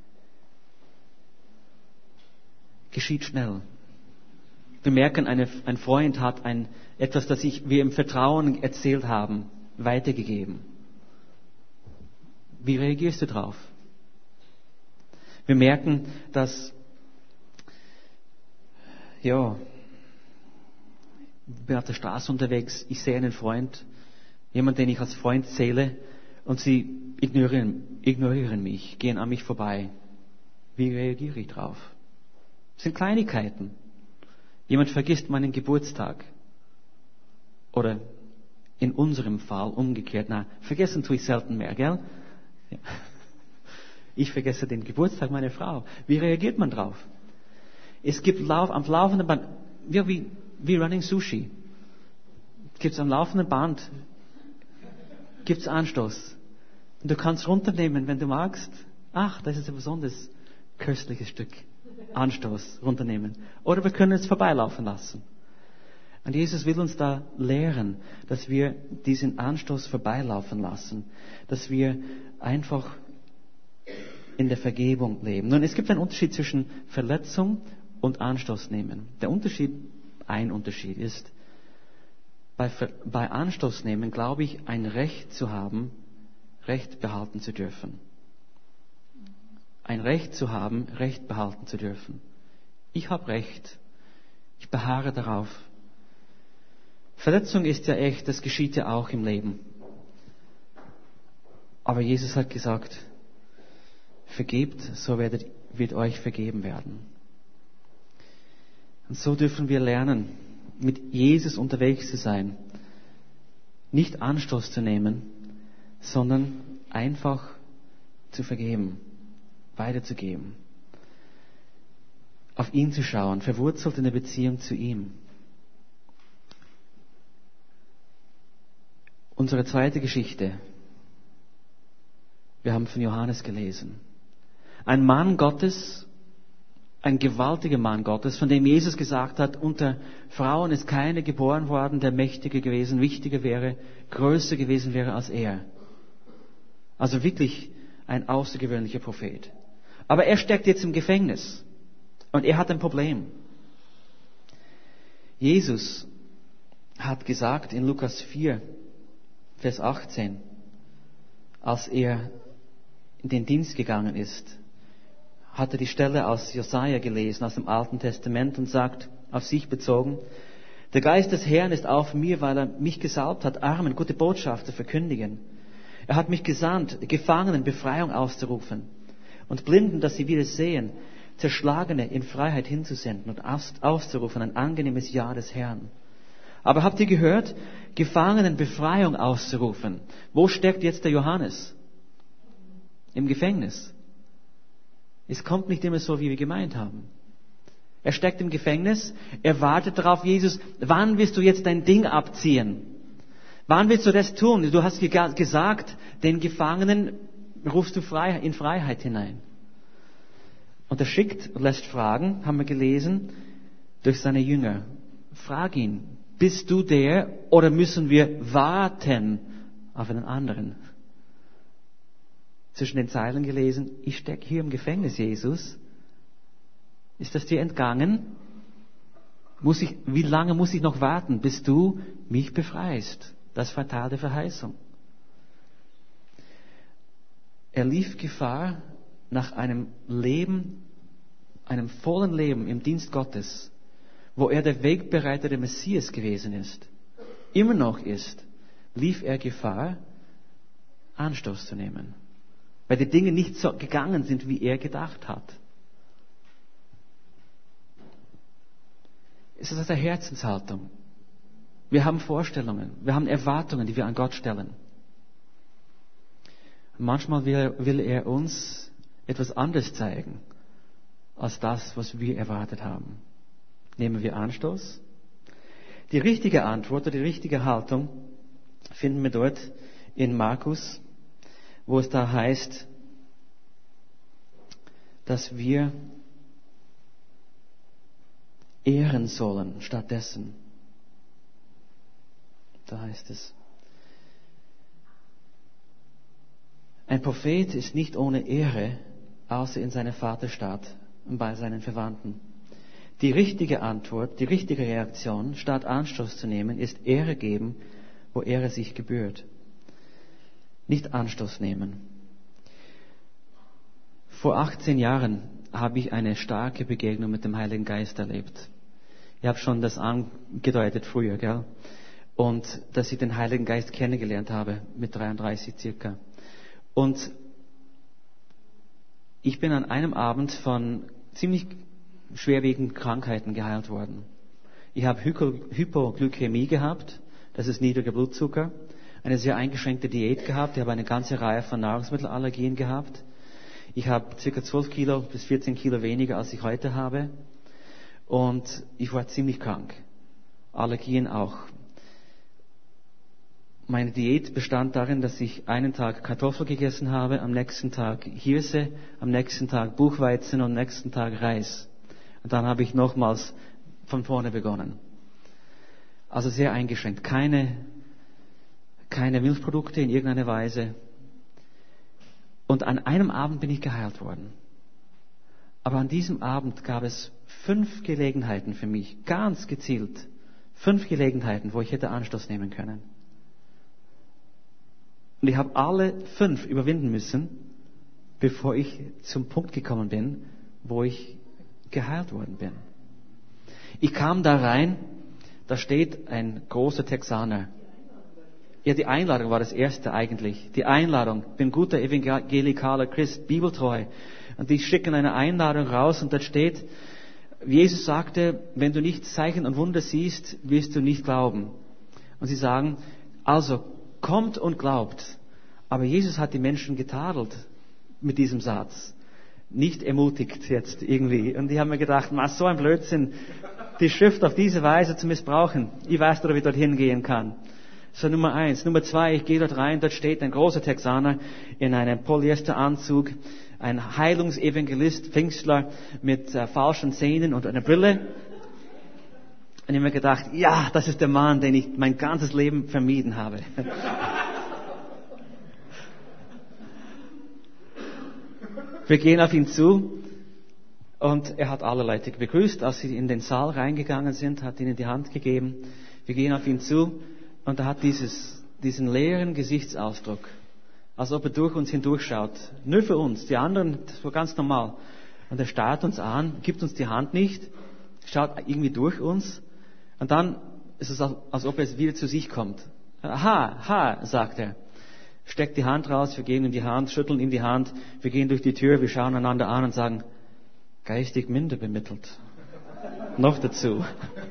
geschieht schnell. Wir merken, eine, ein Freund hat ein, etwas, das ich, wir im Vertrauen erzählt haben, weitergegeben. Wie reagierst du drauf? Wir merken, dass, ja, ich bin auf der Straße unterwegs, ich sehe einen Freund, jemand, den ich als Freund zähle, und sie ignorieren, ignorieren mich, gehen an mich vorbei. Wie reagiere ich drauf? Das sind Kleinigkeiten. Jemand vergisst meinen Geburtstag. Oder in unserem Fall umgekehrt. Na, vergessen tue ich selten mehr, gell? Ja. Ich vergesse den Geburtstag meiner Frau. Wie reagiert man drauf? Es gibt Lauf, am laufenden Band, ja, wie, wie Running Sushi. Gibt es am laufenden Band, gibt es Anstoß. Und du kannst runternehmen, wenn du magst. Ach, das ist ein besonders köstliches Stück. Anstoß runternehmen. Oder wir können es vorbeilaufen lassen. Und Jesus will uns da lehren, dass wir diesen Anstoß vorbeilaufen lassen. Dass wir einfach in der Vergebung leben. Nun, es gibt einen Unterschied zwischen Verletzung und Anstoß nehmen. Der Unterschied, ein Unterschied ist, bei, bei Anstoß nehmen glaube ich, ein Recht zu haben, Recht behalten zu dürfen. Ein Recht zu haben, Recht behalten zu dürfen. Ich habe Recht. Ich beharre darauf. Verletzung ist ja echt, das geschieht ja auch im Leben. Aber Jesus hat gesagt, vergebt, so werdet, wird euch vergeben werden. Und so dürfen wir lernen, mit Jesus unterwegs zu sein. Nicht Anstoß zu nehmen, sondern einfach zu vergeben, weiterzugeben. Auf ihn zu schauen, verwurzelt in der Beziehung zu ihm. Unsere zweite Geschichte. Wir haben von Johannes gelesen. Ein Mann Gottes, ein gewaltiger Mann Gottes, von dem Jesus gesagt hat, unter Frauen ist keiner geboren worden, der mächtiger gewesen, wichtiger wäre, größer gewesen wäre als er. Also wirklich ein außergewöhnlicher Prophet. Aber er steckt jetzt im Gefängnis und er hat ein Problem. Jesus hat gesagt in Lukas vier, Vers achtzehn, als er in den Dienst gegangen ist, hat er die Stelle aus Jesaja gelesen, aus dem Alten Testament und sagt, auf sich bezogen, der Geist des Herrn ist auf mir, weil er mich gesalbt hat, Armen gute Botschaft zu verkündigen. Er hat mich gesandt, Gefangenen Befreiung auszurufen und Blinden, dass sie wieder sehen, Zerschlagene in Freiheit hinzusenden und auszurufen, ein angenehmes Jahr des Herrn. Aber habt ihr gehört, Gefangenen Befreiung auszurufen? Wo steckt jetzt der Johannes? Im Gefängnis. Es kommt nicht immer so, wie wir gemeint haben. Er steckt im Gefängnis, er wartet darauf, Jesus, wann wirst du jetzt dein Ding abziehen? Wann willst du das tun? Du hast gesagt, den Gefangenen rufst du in Freiheit hinein. Und er schickt und lässt fragen, haben wir gelesen, durch seine Jünger. Frag ihn, bist du der oder müssen wir warten auf einen anderen? Zwischen den Zeilen gelesen, ich stecke hier im Gefängnis, Jesus. Ist das dir entgangen? Muss ich, wie lange muss ich noch warten, bis du mich befreist? Das war Teil der Verheißung. Er lief Gefahr, nach einem Leben, einem vollen Leben im Dienst Gottes, wo er der Wegbereiter der Messias gewesen ist, immer noch ist, lief er Gefahr, Anstoß zu nehmen. Weil die Dinge nicht so gegangen sind, wie er gedacht hat. Es ist eine Herzenshaltung. Wir haben Vorstellungen, wir haben Erwartungen, die wir an Gott stellen. Manchmal will, will er uns etwas anderes zeigen, als das, was wir erwartet haben. Nehmen wir Anstoß? Die richtige Antwort oder die richtige Haltung finden wir dort in Markus, wo es da heißt, dass wir ehren sollen stattdessen. Da heißt es, ein Prophet ist nicht ohne Ehre, außer in seiner Vaterstadt und bei seinen Verwandten. Die richtige Antwort, die richtige Reaktion, statt Anstoß zu nehmen, ist Ehre geben, wo Ehre sich gebührt. Nicht Anstoß nehmen. Vor achtzehn Jahren habe ich eine starke Begegnung mit dem Heiligen Geist erlebt. Ich habe schon das angedeutet früher, gell? Und dass ich den Heiligen Geist kennengelernt habe, mit dreiunddreißig circa. Und ich bin an einem Abend von ziemlich schwerwiegenden Krankheiten geheilt worden. Ich habe Hypoglykämie gehabt, das ist niedriger Blutzucker, eine sehr eingeschränkte Diät gehabt, ich habe eine ganze Reihe von Nahrungsmittelallergien gehabt. Ich habe circa zwölf Kilo bis vierzehn Kilo weniger, als ich heute habe. Und ich war ziemlich krank. Allergien auch. Meine Diät bestand darin, dass ich einen Tag Kartoffel gegessen habe, am nächsten Tag Hirse, am nächsten Tag Buchweizen und am nächsten Tag Reis. Und dann habe ich nochmals von vorne begonnen. Also sehr eingeschränkt. Keine, keine Milchprodukte in irgendeiner Weise. Und an einem Abend bin ich geheilt worden. Aber an diesem Abend gab es fünf Gelegenheiten für mich, ganz gezielt. Fünf Gelegenheiten, wo ich hätte Anstoß nehmen können. Und ich habe alle fünf überwinden müssen, bevor ich zum Punkt gekommen bin, wo ich geheilt worden bin. Ich kam da rein, da steht ein großer Texaner. Ja, die Einladung war das erste eigentlich. Die Einladung, bin guter evangelikaler Christ, bibeltreu. Und die schicken eine Einladung raus und da steht, Jesus sagte, wenn du nicht Zeichen und Wunder siehst, wirst du nicht glauben. Und sie sagen, also kommt und glaubt. Aber Jesus hat die Menschen getadelt mit diesem Satz. Nicht ermutigt jetzt irgendwie. Und die haben mir gedacht, was so ein Blödsinn, die Schrift auf diese Weise zu missbrauchen. Ich weiß doch, wie ich dorthin gehen kann. So Nummer eins. Nummer zwei, ich gehe dort rein, dort steht ein großer Texaner in einem Polyesteranzug, ein Heilungsevangelist, Pfingstler mit äh, falschen Zähnen und einer Brille. Und ich habe mir gedacht, ja, das ist der Mann, den ich mein ganzes Leben vermieden habe. Wir gehen auf ihn zu und er hat alle Leute begrüßt, als sie in den Saal reingegangen sind, hat ihnen die Hand gegeben. Wir gehen auf ihn zu und er hat dieses, diesen leeren Gesichtsausdruck, als ob er durch uns hindurchschaut. Nur für uns, die anderen, das war ganz normal. Und er starrt uns an, gibt uns die Hand nicht, schaut irgendwie durch uns. Und dann ist es, als ob er wieder zu sich kommt. Aha, ha, sagt er. Steckt die Hand raus, wir geben ihm die Hand, schütteln ihm die Hand, wir gehen durch die Tür, wir schauen einander an und sagen, geistig minder bemittelt. Noch dazu.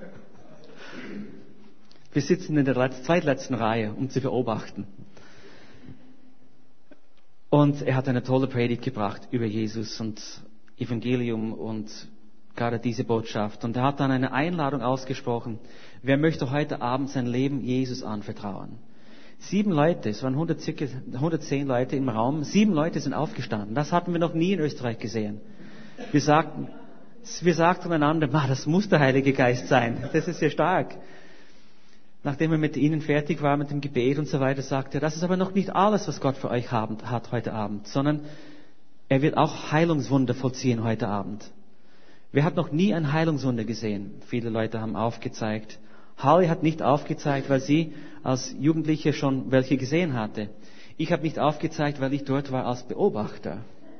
Wir sitzen in der zweitletzten Reihe, um zu beobachten. Und er hat eine tolle Predigt gebracht über Jesus und Evangelium und gerade diese Botschaft. Und er hat dann eine Einladung ausgesprochen. Wer möchte heute Abend sein Leben Jesus anvertrauen? Sieben Leute, es waren hundert, circa hundertzehn Leute im Raum, sieben Leute sind aufgestanden. Das hatten wir noch nie in Österreich gesehen. Wir sagten, wir sagten einander, das muss der Heilige Geist sein. Das ist ja stark. Nachdem er mit ihnen fertig war, mit dem Gebet und so weiter, sagte er, das ist aber noch nicht alles, was Gott für euch haben, hat heute Abend, sondern er wird auch Heilungswunder vollziehen heute Abend. Wer hat noch nie ein Heilungswunder gesehen? Viele Leute haben aufgezeigt. Holly hat nicht aufgezeigt, weil sie als Jugendliche schon welche gesehen hatte. Ich habe nicht aufgezeigt, weil ich dort war als Beobachter.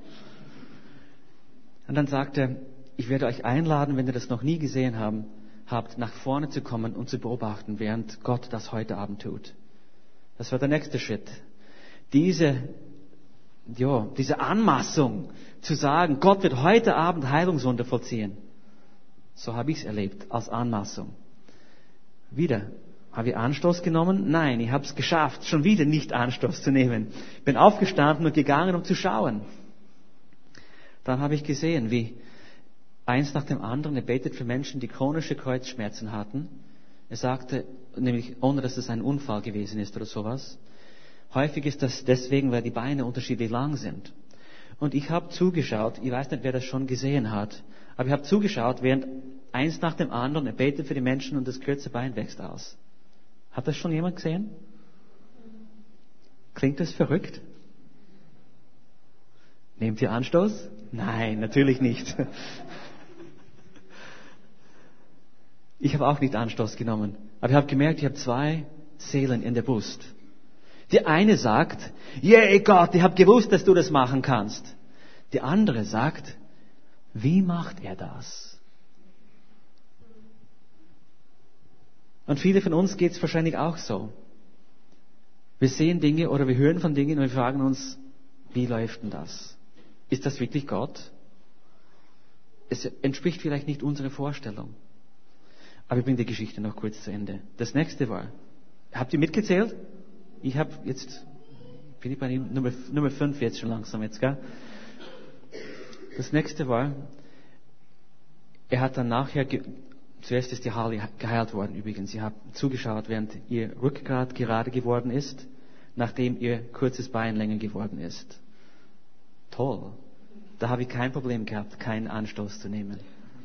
Und dann sagte er, ich werde euch einladen, wenn ihr das noch nie gesehen haben, habt, nach vorne zu kommen und zu beobachten, während Gott das heute Abend tut. Das war der nächste Schritt. Diese, ja, diese Anmaßung zu sagen, Gott wird heute Abend Heilungswunder vollziehen. So habe ich es erlebt, als Anmaßung. Wieder, habe ich Anstoß genommen? Nein, ich habe es geschafft, schon wieder nicht Anstoß zu nehmen. Ich bin aufgestanden und gegangen, um zu schauen. Dann habe ich gesehen, wie eins nach dem anderen, er betet für Menschen, die chronische Kreuzschmerzen hatten. Er sagte, nämlich ohne dass es ein Unfall gewesen ist oder sowas. Häufig ist das deswegen, weil die Beine unterschiedlich lang sind. Und ich habe zugeschaut, ich weiß nicht, wer das schon gesehen hat, aber ich habe zugeschaut, während eins nach dem anderen, er betet für die Menschen und das kürze Bein wächst aus. Hat das schon jemand gesehen? Klingt das verrückt? Nehmt ihr Anstoß? Nein, natürlich nicht. Ich habe auch nicht Anstoß genommen. Aber ich habe gemerkt, ich habe zwei Seelen in der Brust. Die eine sagt, yeah Gott, ich habe gewusst, dass du das machen kannst. Die andere sagt, wie macht er das? Und viele von uns geht es wahrscheinlich auch so. Wir sehen Dinge oder wir hören von Dingen und wir fragen uns, wie läuft denn das? Ist das wirklich Gott? Es entspricht vielleicht nicht unserer Vorstellung. Aber ich bringe die Geschichte noch kurz zu Ende. Das nächste war, habt ihr mitgezählt? Ich habe jetzt, bin ich bei Nummer, Nummer fünf jetzt schon langsam jetzt, gell? Das nächste war, er hat dann nachher, ge- zuerst ist die Harley geheilt worden übrigens. Ich habe zugeschaut, während ihr Rückgrat gerade geworden ist, nachdem ihr kurzes Bein länger geworden ist. Toll. Da habe ich kein Problem gehabt, keinen Anstoß zu nehmen.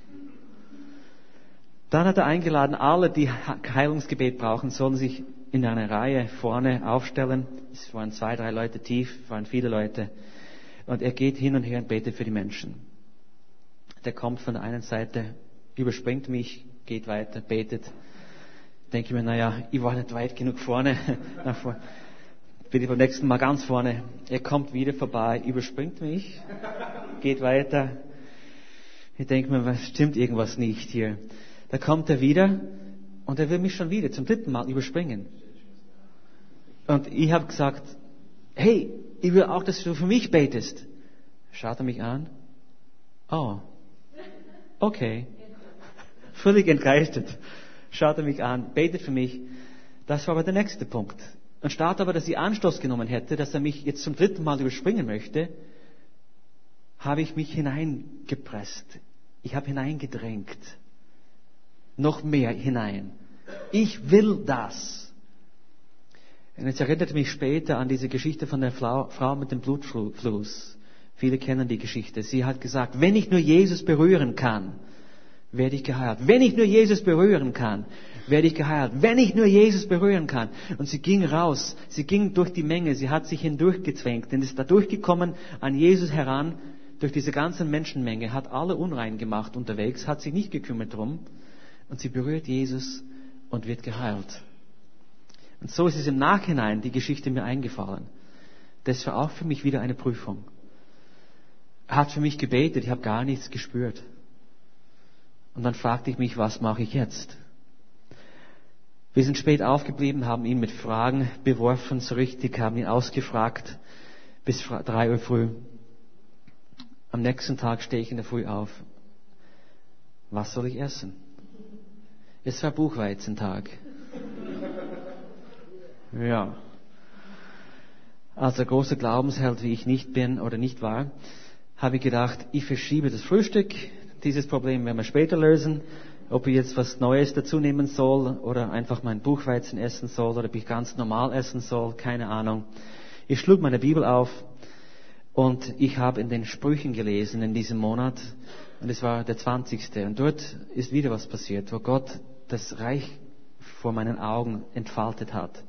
Dann hat er eingeladen, alle, die Heilungsgebet brauchen, sollen sich in einer Reihe vorne aufstellen. Es waren zwei, drei Leute tief, es waren viele Leute. Und er geht hin und her und betet für die Menschen. Der kommt von der einen Seite, überspringt mich, geht weiter, betet. Denke ich mir, naja, ich war nicht weit genug vorne. Bin ich beim nächsten Mal ganz vorne. Er kommt wieder vorbei, überspringt mich, geht weiter. Ich denke mir, was stimmt irgendwas nicht hier. Da kommt er wieder und er will mich schon wieder zum dritten Mal überspringen. Und ich habe gesagt, hey, ich will auch, dass du für mich betest. Schaut er mich an. Oh, okay. Völlig entgeistert. Schaut er mich an, betet für mich. Das war aber der nächste Punkt. Anstatt aber, dass ich Anstoß genommen hätte, dass er mich jetzt zum dritten Mal überspringen möchte, habe ich mich hineingepresst. Ich habe hineingedrängt. Noch mehr hinein. Ich will das. Und jetzt erinnerte mich später an diese Geschichte von der Frau mit dem Blutfluss. Viele kennen die Geschichte. Sie hat gesagt, wenn ich nur Jesus berühren kann, werde ich geheilt. Wenn ich nur Jesus berühren kann, werde ich geheilt. Wenn ich nur Jesus berühren kann. Und sie ging raus. Sie ging durch die Menge. Sie hat sich hindurchgezwängt und ist da durchgekommen an Jesus heran, durch diese ganze Menschenmenge, hat alle unrein gemacht unterwegs, hat sich nicht gekümmert drum. Und sie berührt Jesus und wird geheilt. Und so ist es im Nachhinein die Geschichte mir eingefallen. Das war auch für mich wieder eine Prüfung. Er hat für mich gebetet, ich habe gar nichts gespürt. Und dann fragte ich mich, was mache ich jetzt? Wir sind spät aufgeblieben, haben ihn mit Fragen beworfen, so richtig, haben ihn ausgefragt bis drei Uhr früh. Am nächsten Tag stehe ich in der Früh auf. Was soll ich essen? Es war Buchweizentag. Ja. Als ein großer Glaubensheld, wie ich nicht bin oder nicht war, habe ich gedacht, ich verschiebe das Frühstück. Dieses Problem werden wir später lösen. Ob ich jetzt was Neues dazu nehmen soll oder einfach mein Buchweizen essen soll oder ob ich ganz normal essen soll, keine Ahnung. Ich schlug meine Bibel auf und ich habe in den Sprüchen gelesen in diesem Monat und es war der zwanzigste Und dort ist wieder was passiert, wo Gott das Reich vor meinen Augen entfaltet hat.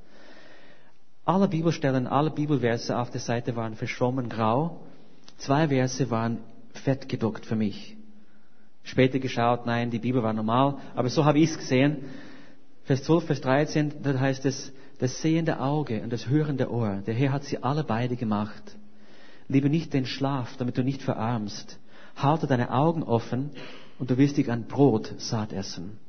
Alle Bibelstellen, alle Bibelverse auf der Seite waren verschwommen grau. Zwei Verse waren fett gedruckt für mich. Später geschaut, nein, die Bibel war normal, aber so habe ich es gesehen. Vers zwölf, Vers dreizehn, da heißt es, das sehende Auge und das hörende Ohr, der Herr hat sie alle beide gemacht. Liebe nicht den Schlaf, damit du nicht verarmst. Halte deine Augen offen und du wirst dich an Brot satt essen.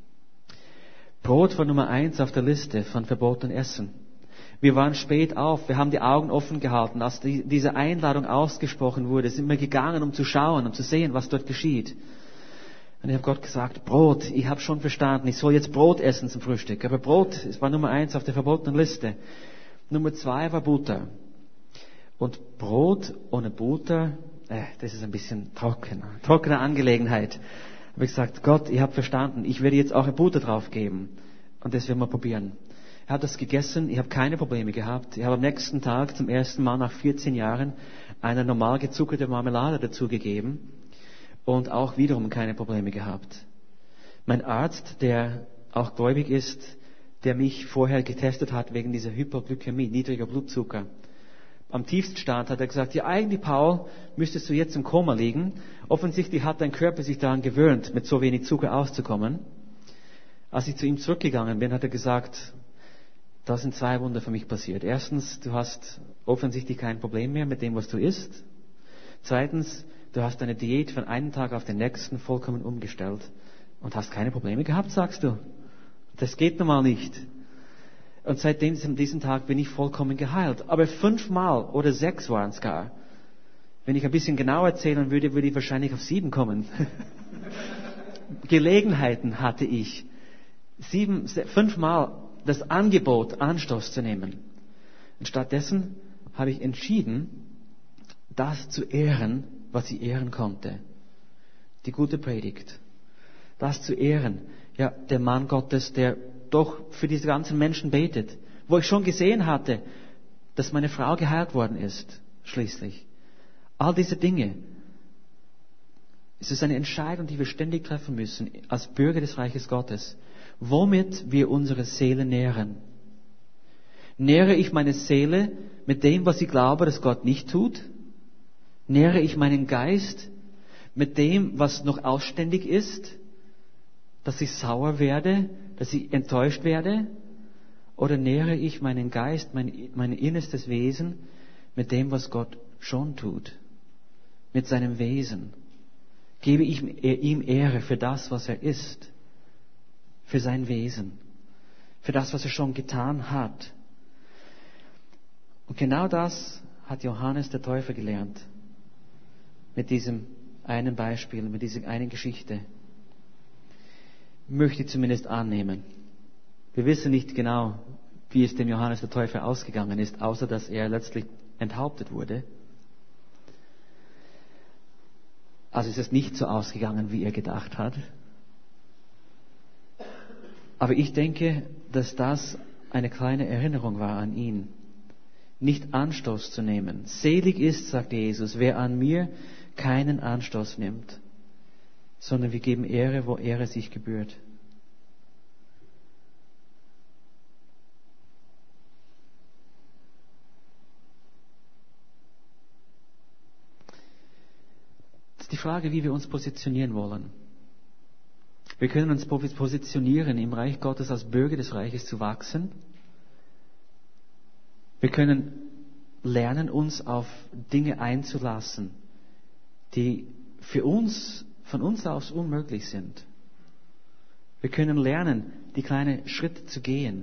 Brot war Nummer eins auf der Liste von verbotenen Essen. Wir waren spät auf, wir haben die Augen offen gehalten. Als die, diese Einladung ausgesprochen wurde, sind wir gegangen, um zu schauen, um zu sehen, was dort geschieht. Und ich habe Gott gesagt, Brot, ich habe schon verstanden, ich soll jetzt Brot essen zum Frühstück. Aber Brot, es war Nummer eins auf der verbotenen Liste. Nummer zwei war Butter. Und Brot ohne Butter, äh, das ist ein bisschen trocken, trockene Angelegenheit. Habe ich gesagt, Gott, ich habe verstanden, ich werde jetzt auch eine Butter drauf geben. Und das werden wir probieren. Ich habe das gegessen, ich habe keine Probleme gehabt. Ich habe am nächsten Tag zum ersten Mal nach vierzehn Jahren eine normal gezuckerte Marmelade dazugegeben. Und auch wiederum keine Probleme gehabt. Mein Arzt, der auch gläubig ist, der mich vorher getestet hat wegen dieser Hypoglykämie, niedriger Blutzucker. Am tiefsten Stand hat er gesagt, ja eigentlich Paul, müsstest du jetzt im Koma liegen. Offensichtlich hat dein Körper sich daran gewöhnt, mit so wenig Zucker auszukommen. Als ich zu ihm zurückgegangen bin, hat er gesagt, da sind zwei Wunder für mich passiert. Erstens, du hast offensichtlich kein Problem mehr mit dem, was du isst. Zweitens, du hast deine Diät von einem Tag auf den nächsten vollkommen umgestellt und hast keine Probleme gehabt, sagst du. Das geht normal nicht. Und seitdem, diesem Tag, bin ich vollkommen geheilt. Aber fünfmal oder sechs waren es gar. Wenn ich ein bisschen genauer erzählen würde, würde ich wahrscheinlich auf sieben kommen. Gelegenheiten hatte ich, sieben, fünfmal das Angebot, Anstoß zu nehmen. Und stattdessen habe ich entschieden, das zu ehren, was sie ehren konnte. Die gute Predigt. Das zu ehren. Ja, der Mann Gottes, der doch für diese ganzen Menschen betet. Wo ich schon gesehen hatte, dass meine Frau geheilt worden ist, schließlich. All diese Dinge. Es ist eine Entscheidung, die wir ständig treffen müssen, als Bürger des Reiches Gottes. Womit wir unsere Seele nähren. Nähre ich meine Seele mit dem, was ich glaube, dass Gott nicht tut? Nähre ich meinen Geist mit dem, was noch ausständig ist, dass ich sauer werde, dass ich enttäuscht werde? Oder nähre ich meinen Geist, mein, mein innerstes Wesen mit dem, was Gott schon tut, mit seinem Wesen? Gebe ich ihm Ehre für das, was er ist, für sein Wesen, für das, was er schon getan hat? Und genau das hat Johannes der Täufer gelernt. Mit diesem einen Beispiel, mit dieser einen Geschichte. Möchte ich zumindest annehmen. Wir wissen nicht genau, wie es dem Johannes der Täufer ausgegangen ist, außer dass er letztlich enthauptet wurde. Also ist es nicht so ausgegangen, wie er gedacht hat. Aber ich denke, dass das eine kleine Erinnerung war an ihn. Nicht Anstoß zu nehmen. Selig ist, sagt Jesus, wer an mir keinen Anstoß nimmt, sondern wir geben Ehre, wo Ehre sich gebührt. Das ist die Frage, wie wir uns positionieren wollen. Wir können uns positionieren, im Reich Gottes als Bürger des Reiches zu wachsen, Wir können lernen, uns auf Dinge einzulassen, die für uns, von uns aus unmöglich sind. Wir können lernen, die kleinen Schritte zu gehen.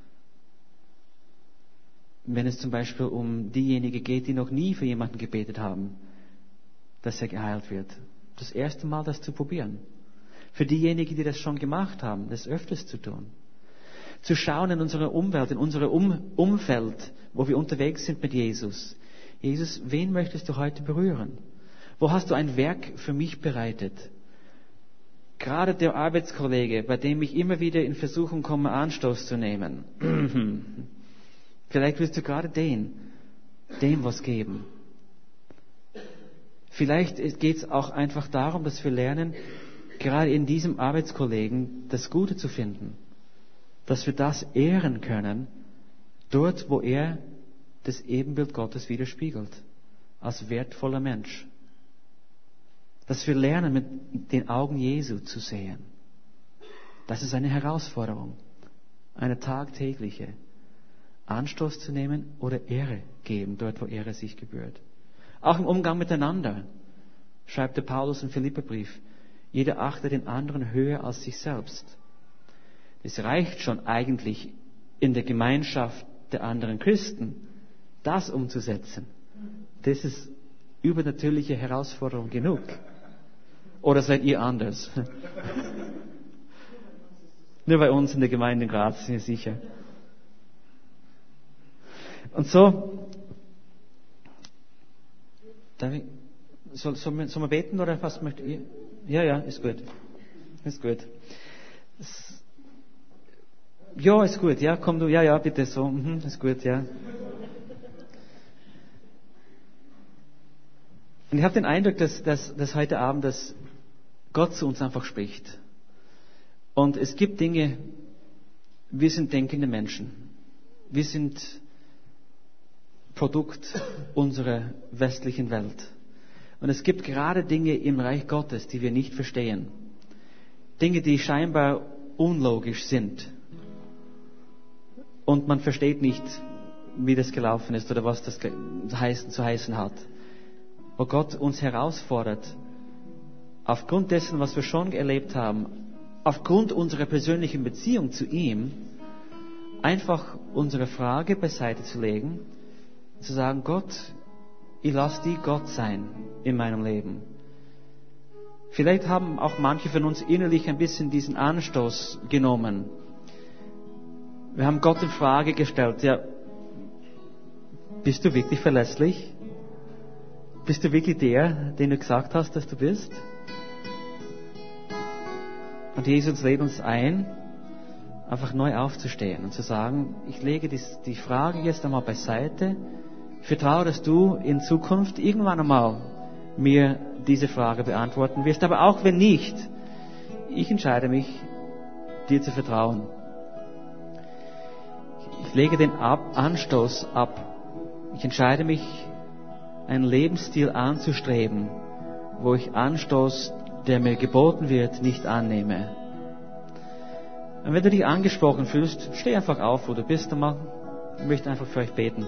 Wenn es zum Beispiel um diejenigen geht, die noch nie für jemanden gebetet haben, dass er geheilt wird. Das erste Mal das zu probieren. Für diejenigen, die das schon gemacht haben, das öfters zu tun. Zu schauen in unsere Umwelt, in unser um- Umfeld, wo wir unterwegs sind mit Jesus. Jesus, wen möchtest du heute berühren? Wo hast du ein Werk für mich bereitet? Gerade der Arbeitskollege, bei dem ich immer wieder in Versuchung komme, Anstoß zu nehmen. Vielleicht willst du gerade den, dem was geben. Vielleicht geht es auch einfach darum, dass wir lernen, gerade in diesem Arbeitskollegen das Gute zu finden. Dass wir das ehren können, dort, wo er das Ebenbild Gottes widerspiegelt. Als wertvoller Mensch. Dass wir lernen, mit den Augen Jesu zu sehen. Das ist eine Herausforderung. Eine tagtägliche. Anstoß zu nehmen oder Ehre geben, dort, wo Ehre sich gebührt. Auch im Umgang miteinander, schreibt der Paulus im Philipperbrief, jeder achte den anderen höher als sich selbst. Es reicht schon eigentlich in der Gemeinschaft der anderen Christen, das umzusetzen. Das ist übernatürliche Herausforderung genug. Oder seid ihr anders? Nur bei uns in der Gemeinde in Graz, sind wir sicher. Und so, darf ich, soll, soll, man, soll man beten oder was möchtet ihr? Ja, ja, ist gut. Ist gut. Es, ja, ist gut, ja, komm du, ja, ja, bitte so, mhm, ist gut, ja. Und ich habe den Eindruck, dass, dass, dass heute Abend, dass Gott zu uns einfach spricht. Und es gibt Dinge, wir sind denkende Menschen. Wir sind Produkt unserer westlichen Welt. Und es gibt gerade Dinge im Reich Gottes, die wir nicht verstehen. Dinge, die scheinbar unlogisch sind. Und man versteht nicht, wie das gelaufen ist oder was das heißen, zu heißen hat. Wo Gott uns herausfordert, aufgrund dessen, was wir schon erlebt haben, aufgrund unserer persönlichen Beziehung zu ihm, einfach unsere Frage beiseite zu legen, zu sagen, Gott, ich lasse die Gott sein in meinem Leben. Vielleicht haben auch manche von uns innerlich ein bisschen diesen Anstoß genommen. Wir haben Gott in Frage gestellt, ja, bist du wirklich verlässlich? Bist du wirklich der, den du gesagt hast, dass du bist? Und Jesus lädt uns ein, einfach neu aufzustehen und zu sagen, ich lege die, die Frage jetzt einmal beiseite. Ich vertraue, dass du in Zukunft irgendwann einmal mir diese Frage beantworten wirst. Aber auch wenn nicht, ich entscheide mich, dir zu vertrauen. Ich lege den ab, Anstoß ab. Ich entscheide mich, einen Lebensstil anzustreben, wo ich Anstoß, der mir geboten wird, nicht annehme. Und wenn du dich angesprochen fühlst, steh einfach auf, wo du bist, und ich möchte einfach für euch beten.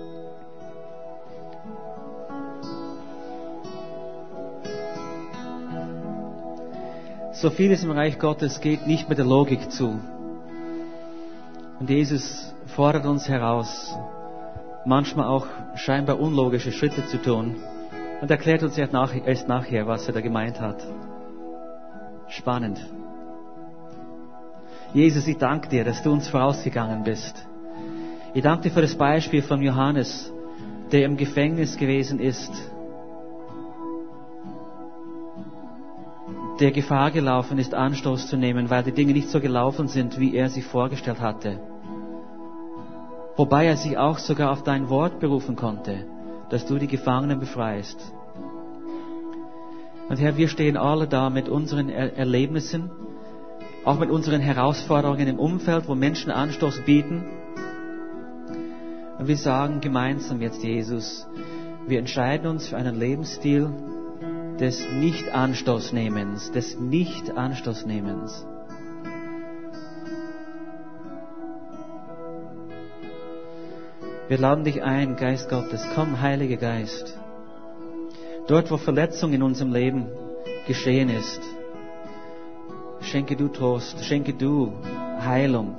So vieles im Reich Gottes geht nicht mit der Logik zu. Und Jesus fordert uns heraus, manchmal auch scheinbar unlogische Schritte zu tun. Und erklärt uns erst, nach, erst nachher, was er da gemeint hat. Spannend. Jesus, ich danke dir, dass du uns vorausgegangen bist. Ich danke dir für das Beispiel von Johannes, der im Gefängnis gewesen ist, der Gefahr gelaufen ist, Anstoß zu nehmen, weil die Dinge nicht so gelaufen sind, wie er sich vorgestellt hatte. Wobei er sich auch sogar auf dein Wort berufen konnte, dass du die Gefangenen befreist. Und Herr, wir stehen alle da mit unseren er- Erlebnissen, auch mit unseren Herausforderungen im Umfeld, wo Menschen Anstoß bieten. Und wir sagen gemeinsam jetzt, Jesus, wir entscheiden uns für einen Lebensstil des Nicht-Anstoßnehmens, des Nicht-Anstoßnehmens. Wir laden dich ein, Geist Gottes. Komm, Heiliger Geist. Dort, wo Verletzung in unserem Leben geschehen ist, schenke du Trost, schenke du Heilung.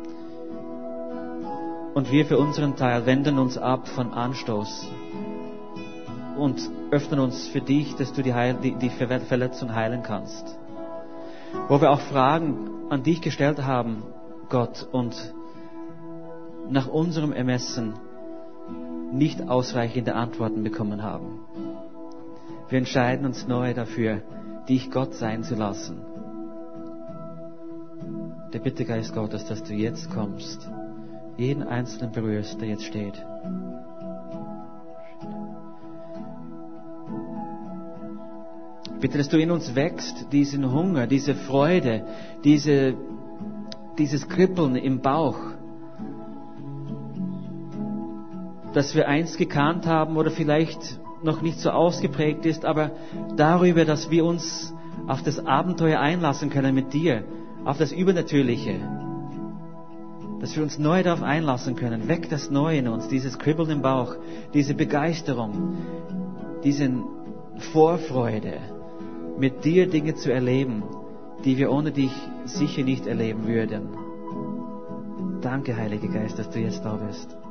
Und wir für unseren Teil wenden uns ab von Anstoß und öffnen uns für dich, dass du die, Heil, die, die Verletzung heilen kannst. Wo wir auch Fragen an dich gestellt haben, Gott, und nach unserem Ermessen nicht ausreichende Antworten bekommen haben. Wir entscheiden uns neu dafür, dich Gott sein zu lassen. Der Bitte, Geist Gottes, dass du jetzt kommst, jeden Einzelnen berührst, der jetzt steht. Bitte, dass du in uns wächst, diesen Hunger, diese Freude, diese, dieses Kribbeln im Bauch, dass wir einst gekannt haben oder vielleicht noch nicht so ausgeprägt ist, aber darüber, dass wir uns auf das Abenteuer einlassen können mit dir, auf das Übernatürliche, dass wir uns neu darauf einlassen können. Weck das Neue in uns, dieses Kribbeln im Bauch, diese Begeisterung, diese Vorfreude, mit dir Dinge zu erleben, die wir ohne dich sicher nicht erleben würden. Danke, Heiliger Geist, dass du jetzt da bist.